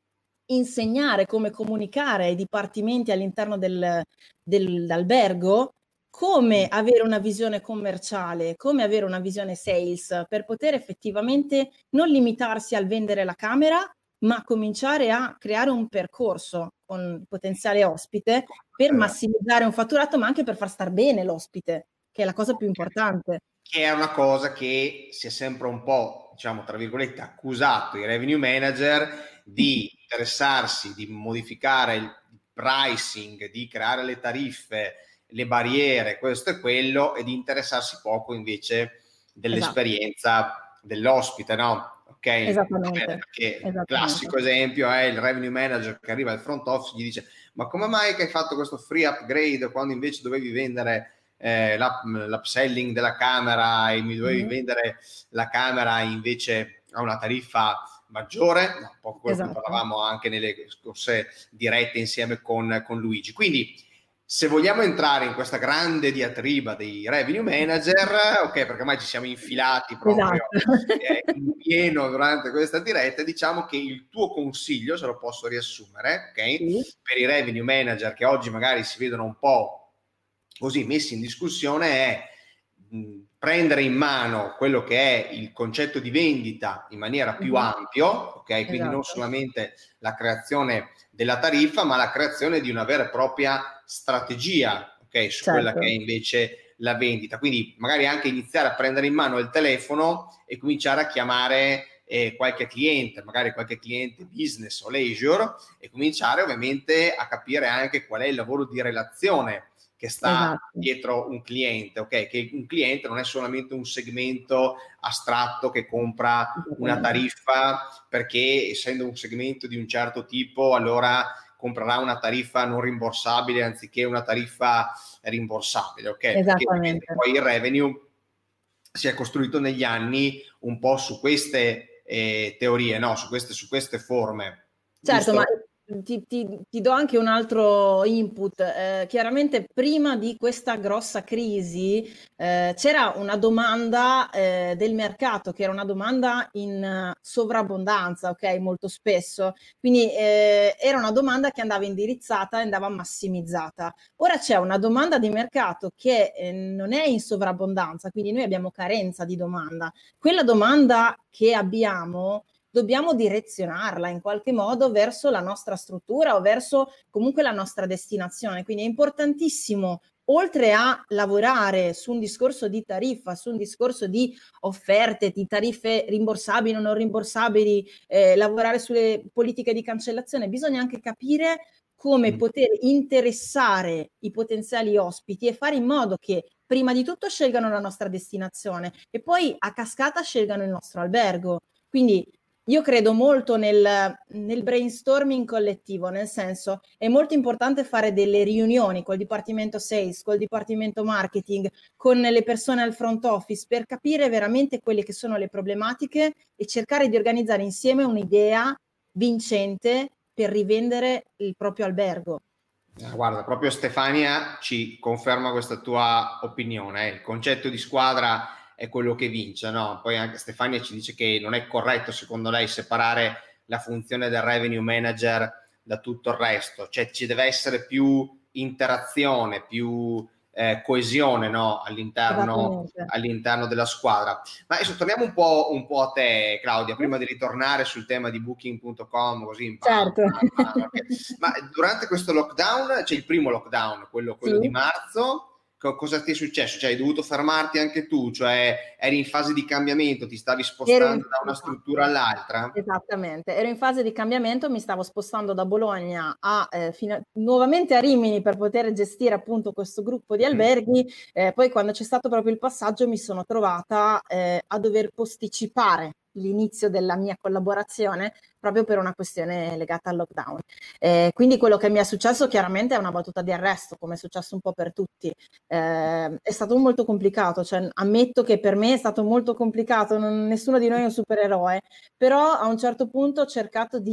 insegnare, come comunicare ai dipartimenti all'interno del, dell'albergo, come avere una visione commerciale, come avere una visione sales, per poter effettivamente non limitarsi al vendere la camera, ma cominciare a creare un percorso con il potenziale ospite per massimizzare un fatturato, ma anche per far star bene l'ospite, che è la cosa più importante. Che è una cosa che si è sempre un po', diciamo, tra virgolette, accusato i revenue manager di interessarsi, di modificare il pricing, di creare le tariffe, le barriere, questo e quello, e di interessarsi poco invece dell'esperienza esatto. dell'ospite, no? Ok? Esattamente. Perché Esattamente. Il classico esempio è il revenue manager che arriva al front office e gli dice: ma come mai che hai fatto questo free upgrade quando invece dovevi vendere eh, l'upselling della camera e mi dovevi mm-hmm. vendere la camera invece a una tariffa maggiore? No, un po' quello esatto. che parlavamo anche nelle scorse dirette insieme con, con Luigi. Quindi se vogliamo entrare in questa grande diatriba dei revenue manager, ok, perché ormai ci siamo infilati proprio esatto. eh, in pieno durante questa diretta, diciamo che il tuo consiglio, se lo posso riassumere, ok, sì. per i revenue manager che oggi magari si vedono un po' così messi in discussione, è mh, prendere in mano quello che è il concetto di vendita in maniera più uh-huh. ampio, ok, quindi esatto. non solamente la creazione della tariffa, ma la creazione di una vera e propria strategia, ok, su certo. quella che è invece la vendita. Quindi magari anche iniziare a prendere in mano il telefono e cominciare a chiamare eh, qualche cliente, magari qualche cliente business o leisure, e cominciare ovviamente a capire anche qual è il lavoro di relazione che sta esatto. dietro un cliente, ok? Che un cliente non è solamente un segmento astratto che compra una tariffa perché, essendo un segmento di un certo tipo, allora comprerà una tariffa non rimborsabile anziché una tariffa rimborsabile, ok? Perché poi il revenue si è costruito negli anni un po' su queste eh, teorie, no? Su queste, su queste forme. Certo, giusto? ma Ti, ti, ti do anche un altro input. Eh, chiaramente prima di questa grossa crisi eh, c'era una domanda eh, del mercato che era una domanda in uh, sovrabbondanza, ok? Molto spesso. Quindi eh, era una domanda che andava indirizzata e andava massimizzata. Ora c'è una domanda di mercato che eh, non è in sovrabbondanza, quindi noi abbiamo carenza di domanda. Quella domanda che abbiamo dobbiamo direzionarla in qualche modo verso la nostra struttura o verso comunque la nostra destinazione. Quindi è importantissimo, oltre a lavorare su un discorso di tariffa, su un discorso di offerte, di tariffe rimborsabili o non rimborsabili, eh, lavorare sulle politiche di cancellazione, bisogna anche capire come poter interessare i potenziali ospiti e fare in modo che prima di tutto scelgano la nostra destinazione e poi a cascata scelgano il nostro albergo. Quindi io credo molto nel, nel brainstorming collettivo, nel senso è molto importante fare delle riunioni col dipartimento sales, col dipartimento marketing, con le persone al front office per capire veramente quelle che sono le problematiche e cercare di organizzare insieme un'idea vincente per rivendere il proprio albergo. Guarda, proprio Stefania ci conferma questa tua opinione, eh. Il concetto di squadra è quello che vince, no? Poi anche Stefania ci dice che non è corretto, secondo lei, separare la funzione del revenue manager da tutto il resto, cioè ci deve essere più interazione, più eh, coesione, no? all'interno, all'interno della squadra. Ma adesso torniamo un po', un po' a te, Claudia, prima di ritornare sul tema di booking punto com, così in certo. ah, okay. Ma durante questo lockdown, cioè il primo lockdown, quello, quello sì. di marzo, cosa ti è successo? Cioè hai dovuto fermarti anche tu? Cioè eri in fase di cambiamento, ti stavi spostando da una struttura all'altra? Esattamente, ero in fase di cambiamento, mi stavo spostando da Bologna a, eh, fino a, nuovamente a Rimini per poter gestire appunto questo gruppo di alberghi, eh, poi quando c'è stato proprio il passaggio mi sono trovata eh, a dover posticipare l'inizio della mia collaborazione proprio per una questione legata al lockdown. Eh, quindi quello che mi è successo chiaramente è una battuta di arresto, come è successo un po' per tutti. Eh, è stato molto complicato, cioè ammetto che per me è stato molto complicato, non, nessuno di noi è un supereroe, però a un certo punto ho cercato di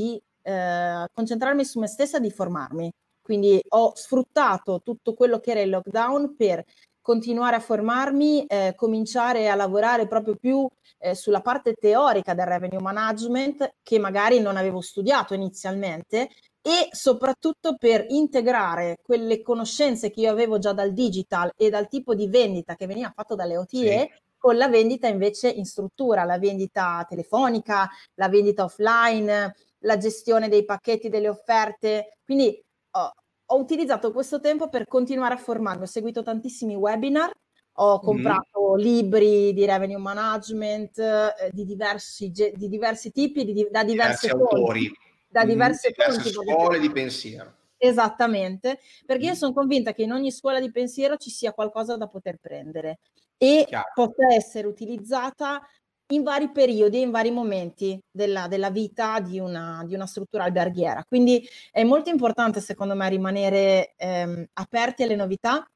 eh, concentrarmi su me stessa e di formarmi. Quindi ho sfruttato tutto quello che era il lockdown per continuare a formarmi, eh, cominciare a lavorare proprio più eh, sulla parte teorica del revenue management che magari non avevo studiato inizialmente, e soprattutto per integrare quelle conoscenze che io avevo già dal digital e dal tipo di vendita che veniva fatto dalle O T E, sì, con la vendita invece in struttura, la vendita telefonica, la vendita offline, la gestione dei pacchetti, delle offerte. Quindi ho, ho utilizzato questo tempo per continuare a formarmi, ho seguito tantissimi webinar, ho comprato mm. libri di revenue management eh, di, diversi, di diversi tipi, di, da diversi autori, da diverse, diverse fonti, scuole di pensiero. Esattamente, perché mm. io sono convinta che in ogni scuola di pensiero ci sia qualcosa da poter prendere e Chiaro. possa essere utilizzata in vari periodi, in vari momenti della, della vita di una, di una struttura alberghiera. Quindi è molto importante, secondo me, rimanere ehm, aperti alle novità,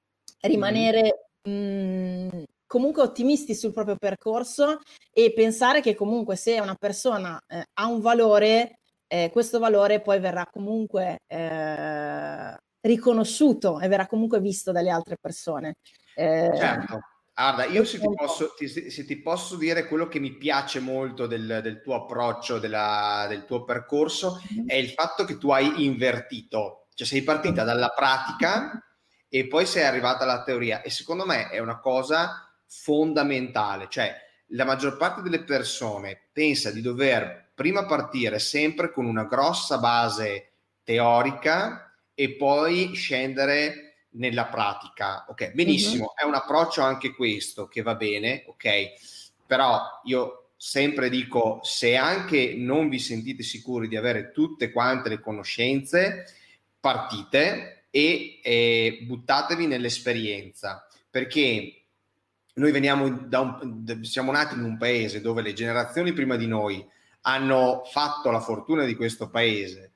rimanere mm. mh, comunque ottimisti sul proprio percorso e pensare che comunque se una persona eh, ha un valore, eh, questo valore poi verrà comunque eh, riconosciuto e verrà comunque visto dalle altre persone. Eh, certo. Guarda, io se ti, posso, ti, se ti posso dire quello che mi piace molto del, del tuo approccio, della, del tuo percorso, mm-hmm. è il fatto che tu hai invertito, cioè sei partita dalla pratica e poi sei arrivata alla teoria, e secondo me è una cosa fondamentale. Cioè la maggior parte delle persone pensa di dover prima partire sempre con una grossa base teorica e poi scendere nella pratica. Ok, benissimo, uh-huh. È un approccio anche questo che va bene, ok, però io sempre dico, se anche non vi sentite sicuri di avere tutte quante le conoscenze, partite e eh, buttatevi nell'esperienza, perché noi veniamo da un, siamo nati in un paese dove le generazioni prima di noi hanno fatto la fortuna di questo paese,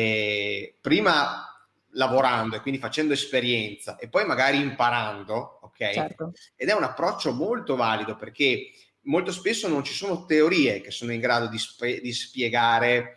eh, prima lavorando e quindi facendo esperienza e poi magari imparando, ok? Certo. Ed è un approccio molto valido, perché molto spesso non ci sono teorie che sono in grado di, sp- di spiegare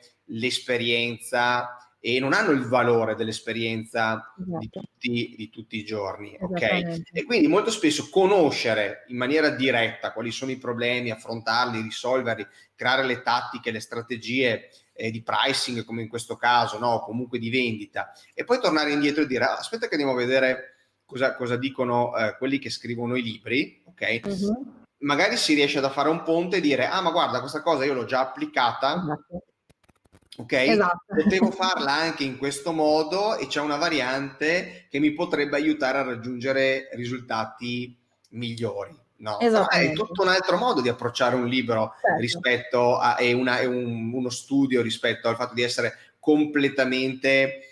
l'esperienza e non hanno il valore dell'esperienza esatto. di, tutti, di tutti i giorni, ok? E quindi molto spesso conoscere in maniera diretta quali sono i problemi, affrontarli, risolverli, creare le tattiche, le strategie eh, di pricing, come in questo caso, no? Comunque di vendita, e poi tornare indietro e dire ah, aspetta che andiamo a vedere cosa, cosa dicono eh, quelli che scrivono i libri, ok? Uh-huh. Magari si riesce a fare un ponte e dire ah, ma guarda, questa cosa io l'ho già applicata, uh-huh. ok? Esatto. Potevo farla anche in questo modo e c'è una variante che mi potrebbe aiutare a raggiungere risultati migliori. No, però è tutto un altro modo di approcciare un libro, certo. rispetto a e una, e un, uno studio rispetto al fatto di essere completamente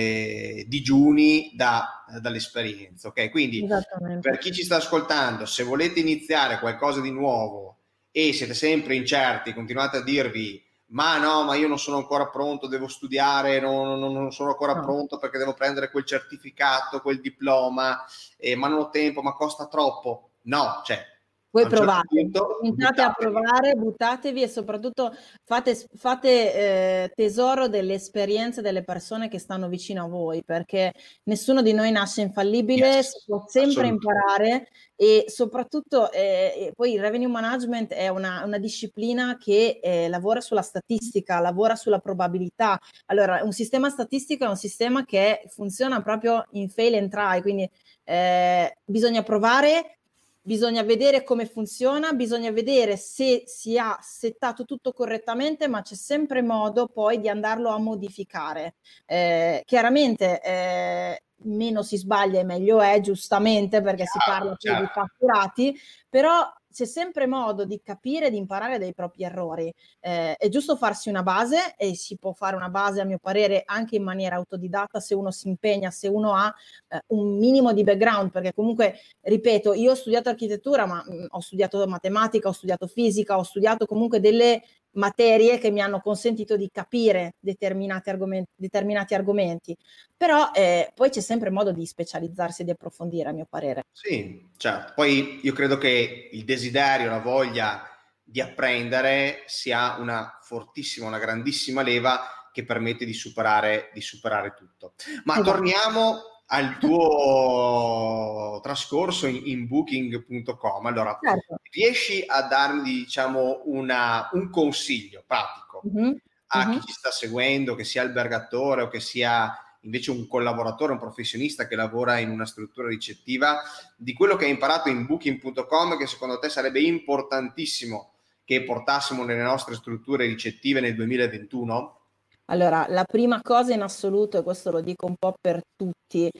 eh, digiuni da, dall'esperienza, ok? Quindi per chi ci sta ascoltando, se volete iniziare qualcosa di nuovo e siete sempre incerti, continuate a dirvi ma no, ma io non sono ancora pronto, devo studiare, non, non, non sono ancora no. pronto perché devo prendere quel certificato, quel diploma, eh, ma non ho tempo, ma costa troppo. No, cioè, voi provate, certo iniziate a provare, buttatevi e soprattutto fate, fate eh, tesoro delle esperienze delle persone che stanno vicino a voi, perché nessuno di noi nasce infallibile, yes, si può sempre imparare e soprattutto eh, poi il revenue management è una, una disciplina che eh, lavora sulla statistica, lavora sulla probabilità. Allora, un sistema statistico è un sistema che funziona proprio in fail and try, quindi eh, bisogna provare. Bisogna vedere come funziona, bisogna vedere se si ha settato tutto correttamente, ma c'è sempre modo poi di andarlo a modificare. Eh, chiaramente eh, meno si sbaglia e meglio è, giustamente, perché chiaro, si parla più di fatturati, però c'è sempre modo di capire e di imparare dai propri errori. Eh, è giusto farsi una base e si può fare una base, a mio parere, anche in maniera autodidatta se uno si impegna, se uno ha eh, un minimo di background, perché comunque, ripeto, io ho studiato architettura, ma mh, ho studiato matematica, ho studiato fisica, ho studiato comunque delle materie che mi hanno consentito di capire determinati argomenti, determinati argomenti. Però eh, poi c'è sempre modo di specializzarsi e di approfondire, a mio parere. Sì, certo. Poi io credo che il desiderio, la voglia di apprendere sia una fortissima, una grandissima leva che permette di superare, di superare tutto. Ma esatto. Torniamo al tuo trascorso in, in booking punto com. Allora, certo. riesci a darmi, diciamo, una, un consiglio pratico mm-hmm. a Mm-hmm. chi ci sta seguendo, che sia albergatore o che sia invece un collaboratore, un professionista che lavora in una struttura ricettiva, di quello che hai imparato in booking punto com, che secondo te sarebbe importantissimo che portassimo nelle nostre strutture ricettive nel duemilaventuno? Allora, la prima cosa in assoluto, e questo lo dico un po' per tutti,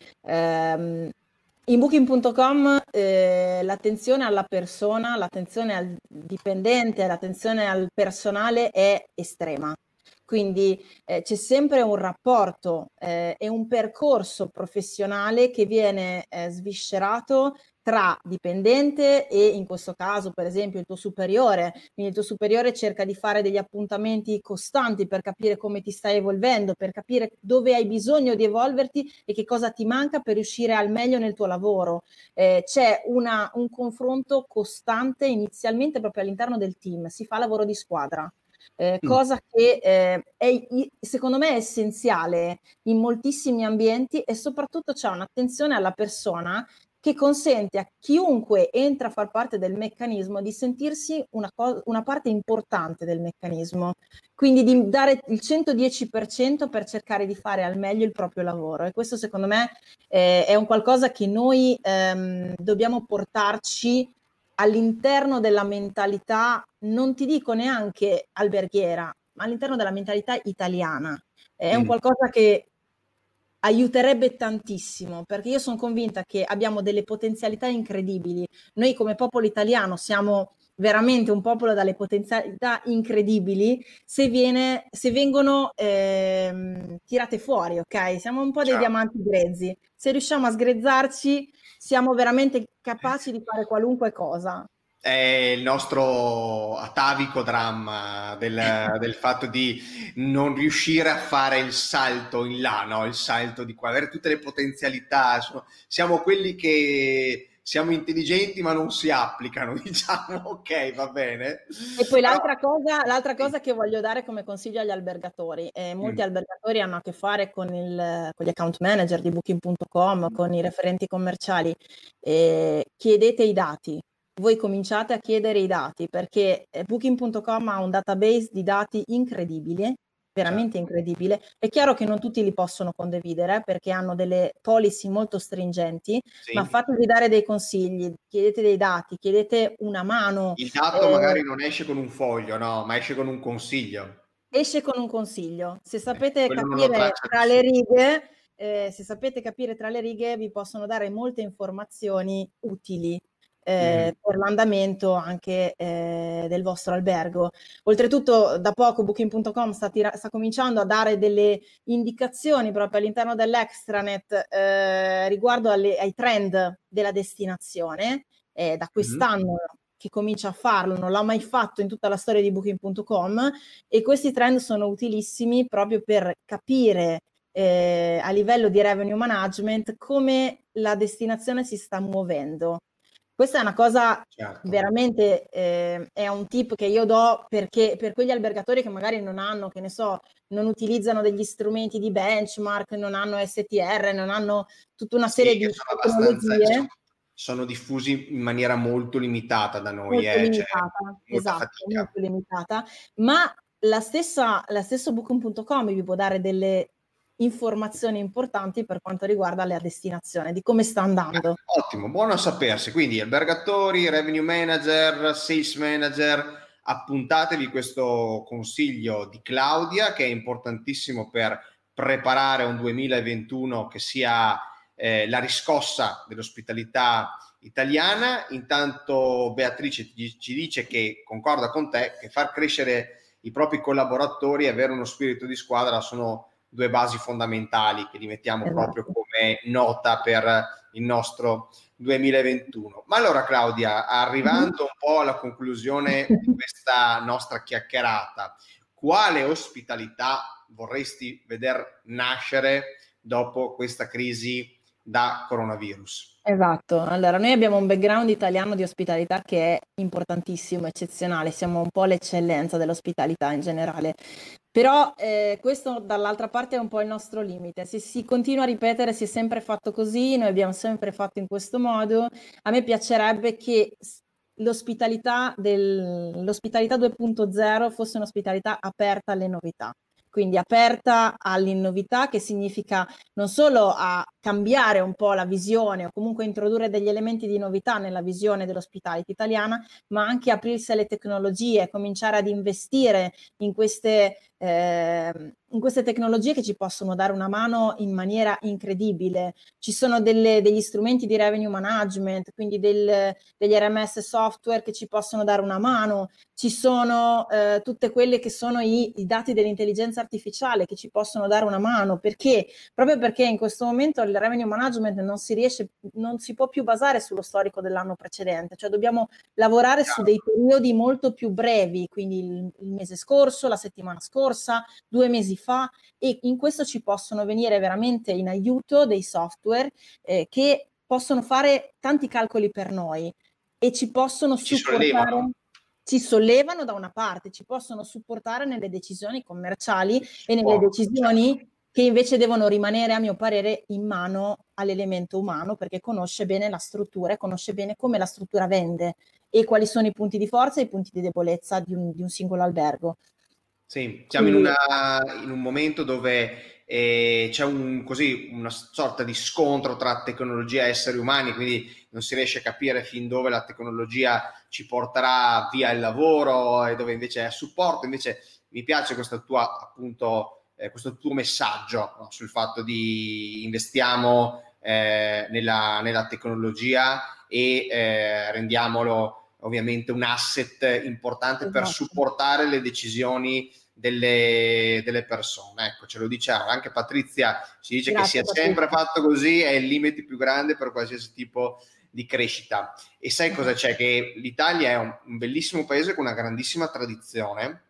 ehm, in booking punto com eh, l'attenzione alla persona, l'attenzione al dipendente, l'attenzione al personale è estrema. Quindi eh, c'è sempre un rapporto eh, e un percorso professionale che viene eh, sviscerato tra dipendente e in questo caso per esempio il tuo superiore. Quindi il tuo superiore cerca di fare degli appuntamenti costanti per capire come ti stai evolvendo, per capire dove hai bisogno di evolverti e che cosa ti manca per riuscire al meglio nel tuo lavoro. Eh, c'è una, un confronto costante inizialmente proprio all'interno del team, si fa lavoro di squadra. Eh, cosa che eh, è, secondo me è essenziale in moltissimi ambienti e soprattutto c'è un'attenzione alla persona che consente a chiunque entra a far parte del meccanismo di sentirsi una, co- una parte importante del meccanismo, quindi di dare il centodieci per cento per cercare di fare al meglio il proprio lavoro, e questo secondo me eh, è un qualcosa che noi ehm, dobbiamo portarci all'interno della mentalità, non ti dico neanche alberghiera, ma all'interno della mentalità italiana. È un qualcosa che aiuterebbe tantissimo, perché io sono convinta che abbiamo delle potenzialità incredibili. Noi come popolo italiano siamo veramente un popolo dalle potenzialità incredibili se, viene, se vengono ehm, tirate fuori, ok? Siamo un po' dei Ciao. diamanti grezzi. Se riusciamo a sgrezzarci, siamo veramente capaci di fare qualunque cosa. È il nostro atavico dramma del, del fatto di non riuscire a fare il salto in là, no? Il salto di qua, avere tutte le potenzialità. Siamo quelli che siamo intelligenti ma non si applicano, diciamo. Ok, va bene. E poi l'altra cosa, l'altra cosa che voglio dare come consiglio agli albergatori, eh, molti mm. albergatori hanno a che fare con, il, con gli account manager di booking punto com, con i referenti commerciali, eh, chiedete i dati. Voi cominciate a chiedere i dati perché booking punto com ha un database di dati incredibile, veramente certo. incredibile. È chiaro che non tutti li possono condividere perché hanno delle policy molto stringenti, sì. ma fatevi dare dei consigli, chiedete dei dati, chiedete una mano. Il dato eh, magari non esce con un foglio, no, ma esce con un consiglio. Esce con un consiglio. Se sapete eh, capire tra le righe, eh, se sapete capire tra le righe, vi possono dare molte informazioni utili. Eh, mm. per l'andamento anche eh, del vostro albergo. Oltretutto da poco booking punto com sta, tira- sta cominciando a dare delle indicazioni proprio all'interno dell'extranet eh, riguardo alle, ai trend della destinazione. Eh, da quest'anno mm. che comincia a farlo, non l'ha mai fatto in tutta la storia di booking punto com, e questi trend sono utilissimi proprio per capire eh, a livello di revenue management come la destinazione si sta muovendo. Questa è una cosa certo. veramente, eh, è un tip che io do perché per quegli albergatori che magari non hanno, che ne so, non utilizzano degli strumenti di benchmark, non hanno S T R, non hanno tutta una serie sì, di tecnologie. Sono, sono diffusi in maniera molto limitata da noi. Molto eh, limitata, cioè, esatto, fatica. molto limitata, ma la stessa, la stesso booking punto com vi può dare delle informazioni importanti per quanto riguarda la destinazione, di come sta andando. Ah, ottimo, buono a sapersi. Quindi albergatori, revenue manager, sales manager, appuntatevi questo consiglio di Claudia che è importantissimo per preparare un duemilaventuno che sia eh, la riscossa dell'ospitalità italiana. Intanto Beatrice ci dice che concorda con te che far crescere i propri collaboratori e avere uno spirito di squadra sono due basi fondamentali che li mettiamo esatto. proprio come nota per il nostro duemilaventuno. Ma allora Claudia, arrivando un po' alla conclusione di questa nostra chiacchierata, quale ospitalità vorresti veder nascere dopo questa crisi da coronavirus. Esatto, allora noi abbiamo un background italiano di ospitalità che è importantissimo, eccezionale, siamo un po' l'eccellenza dell'ospitalità in generale, però eh, questo dall'altra parte è un po' il nostro limite, se si continua a ripetere si è sempre fatto così, noi abbiamo sempre fatto in questo modo, a me piacerebbe che l'ospitalità del, l'ospitalità due punto zero fosse un'ospitalità aperta alle novità. Quindi aperta all'innovità, che significa non solo a cambiare un po' la visione o comunque introdurre degli elementi di novità nella visione dell'hospitality italiana, ma anche aprirsi alle tecnologie, cominciare ad investire in queste, eh, in queste tecnologie che ci possono dare una mano in maniera incredibile. Ci sono delle, degli strumenti di revenue management, quindi del, degli R M S software che ci possono dare una mano, ci sono eh, tutte quelle che sono i, i dati dell'intelligenza artificiale che ci possono dare una mano, perché proprio perché in questo momento il revenue management non si riesce, non si può più basare sullo storico dell'anno precedente, cioè dobbiamo lavorare su dei periodi molto più brevi, quindi il, il mese scorso, la settimana scorsa, due mesi fa, e in questo ci possono venire veramente in aiuto dei software eh, che possono fare tanti calcoli per noi e ci possono Ci supportare. sollevano. Ci sollevano da una parte, ci possono supportare nelle decisioni commerciali e nelle decisioni che invece devono rimanere, a mio parere, in mano all'elemento umano, perché conosce bene la struttura e conosce bene come la struttura vende e quali sono i punti di forza e i punti di debolezza di un, di un singolo albergo. Sì, siamo in, una, in un momento dove eh, c'è un, così, una sorta di scontro tra tecnologia e esseri umani, quindi non si riesce a capire fin dove la tecnologia ci porterà via il lavoro e dove invece è a supporto. Invece mi piace questo tuo, appunto, eh, questo tuo messaggio, no, sul fatto di investiamo eh, nella, nella tecnologia e eh, rendiamolo ovviamente un asset importante, esatto, per supportare le decisioni delle, delle persone. Ecco, ce lo dice anche Patrizia, ci dice Grazie, che sia sempre fatto così, è il limite più grande per qualsiasi tipo di crescita. E sai cosa c'è? Che l'Italia è un, un bellissimo paese con una grandissima tradizione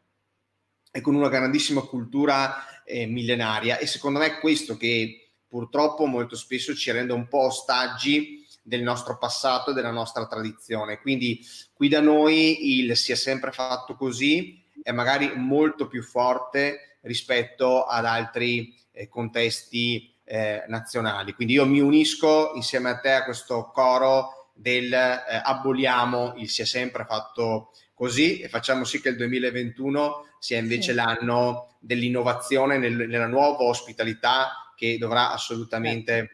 e con una grandissima cultura eh, millenaria, e secondo me è questo che purtroppo molto spesso ci rende un po' ostaggi del nostro passato e della nostra tradizione. Quindi qui da noi il sia sempre fatto così è magari molto più forte rispetto ad altri eh, contesti eh, nazionali. Quindi io mi unisco insieme a te a questo coro del eh, aboliamo il sia sempre fatto così e facciamo sì che il duemilaventuno sia invece sì. l'anno dell'innovazione nel, nella nuova ospitalità che dovrà assolutamente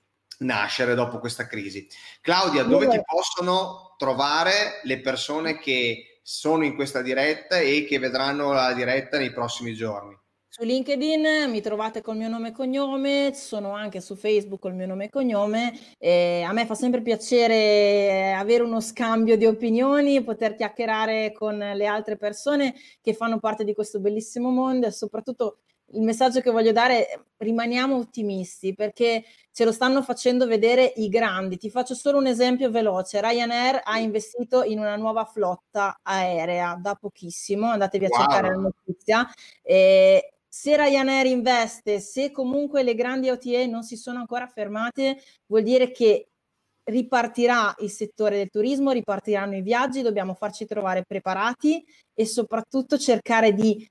nascere dopo questa crisi. Claudia, dove ti possono trovare le persone che sono in questa diretta e che vedranno la diretta nei prossimi giorni? Su LinkedIn mi trovate col mio nome e cognome, sono anche su Facebook col mio nome e cognome. Eh, a me fa sempre piacere avere uno scambio di opinioni, poter chiacchierare con le altre persone che fanno parte di questo bellissimo mondo, e soprattutto il messaggio che voglio dare è: rimaniamo ottimisti, perché ce lo stanno facendo vedere i grandi. Ti faccio solo un esempio veloce: Ryanair ha investito in una nuova flotta aerea da pochissimo, andatevi a wow. cercare la notizia. Eh, se Ryanair investe, se comunque le grandi O T A non si sono ancora fermate, vuol dire che ripartirà il settore del turismo, ripartiranno i viaggi, dobbiamo farci trovare preparati e soprattutto cercare di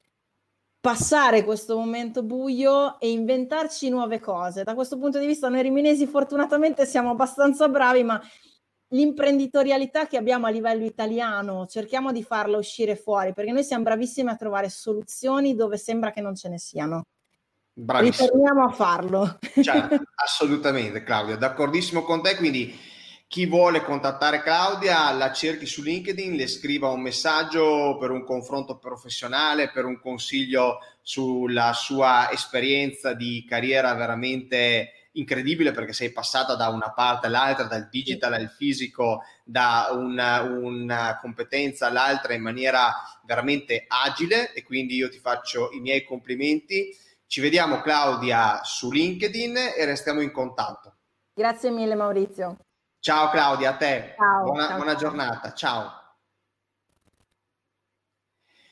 passare questo momento buio e inventarci nuove cose. Da questo punto di vista noi riminesi fortunatamente siamo abbastanza bravi, ma l'imprenditorialità che abbiamo a livello italiano cerchiamo di farla uscire fuori, perché noi siamo bravissimi a trovare soluzioni dove sembra che non ce ne siano. Bravissimo. Ritorniamo a farlo. Cioè, assolutamente, Claudia, d'accordissimo con te. Quindi chi vuole contattare Claudia la cerchi su LinkedIn, le scriva un messaggio per un confronto professionale, per un consiglio sulla sua esperienza di carriera veramente incredibile, perché sei passata da una parte all'altra, dal digital al fisico, da una, una competenza all'altra in maniera veramente agile, e quindi io ti faccio i miei complimenti. Ci vediamo, Claudia, su LinkedIn e restiamo in contatto. Grazie mille, Maurizio. Ciao Claudia, a te. Ciao, buona, ciao, buona ciao. giornata. Ciao.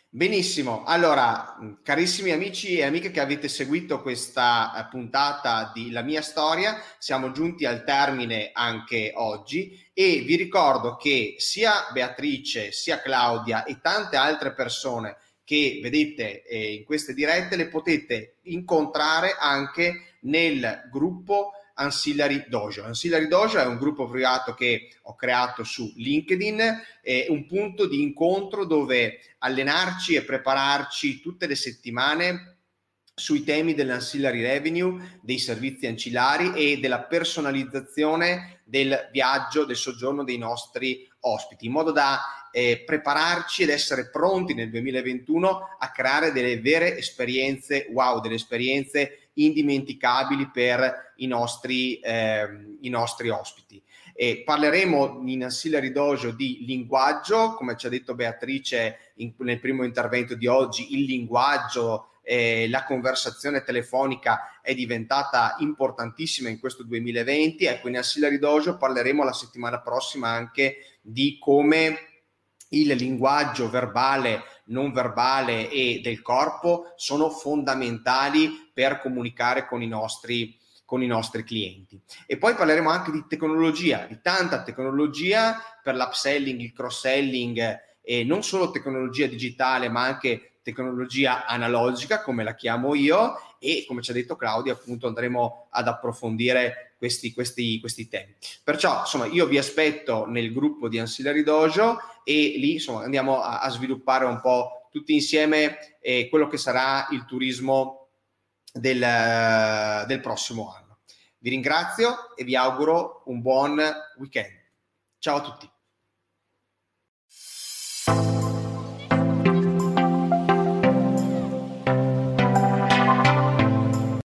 Benissimo, allora carissimi amici e amiche che avete seguito questa puntata di La mia storia, siamo giunti al termine anche oggi e vi ricordo che sia Beatrice, sia Claudia e tante altre persone che vedete eh, in queste dirette le potete incontrare anche nel gruppo Ancillary Dojo. Ancillary Dojo è un gruppo privato che ho creato su LinkedIn, è un punto di incontro dove allenarci e prepararci tutte le settimane sui temi dell'ancillary revenue, dei servizi ancillari e della personalizzazione del viaggio, del soggiorno dei nostri ospiti, in modo da eh, prepararci ed essere pronti nel duemilaventuno a creare delle vere esperienze wow, delle esperienze indimenticabili per i nostri, eh, i nostri ospiti. E parleremo in Ancillary Dojo di linguaggio, come ci ha detto Beatrice in, nel primo intervento di oggi, il linguaggio, eh, la conversazione telefonica è diventata importantissima in questo duemilaventi. Ecco, in Ancillary Dojo parleremo la settimana prossima anche di come il linguaggio verbale, non verbale e del corpo sono fondamentali per comunicare con i nostri, con i nostri clienti. E poi parleremo anche di tecnologia, di tanta tecnologia per l'upselling, il cross-selling, e non solo tecnologia digitale ma anche tecnologia analogica, come la chiamo io, e come ci ha detto Claudia, appunto andremo ad approfondire questi, questi, questi temi. Perciò, insomma, io vi aspetto nel gruppo di Ancillary Dojo e lì, insomma, andiamo a, a sviluppare un po' tutti insieme eh, quello che sarà il turismo del, del prossimo anno. Vi ringrazio e vi auguro un buon weekend. Ciao a tutti.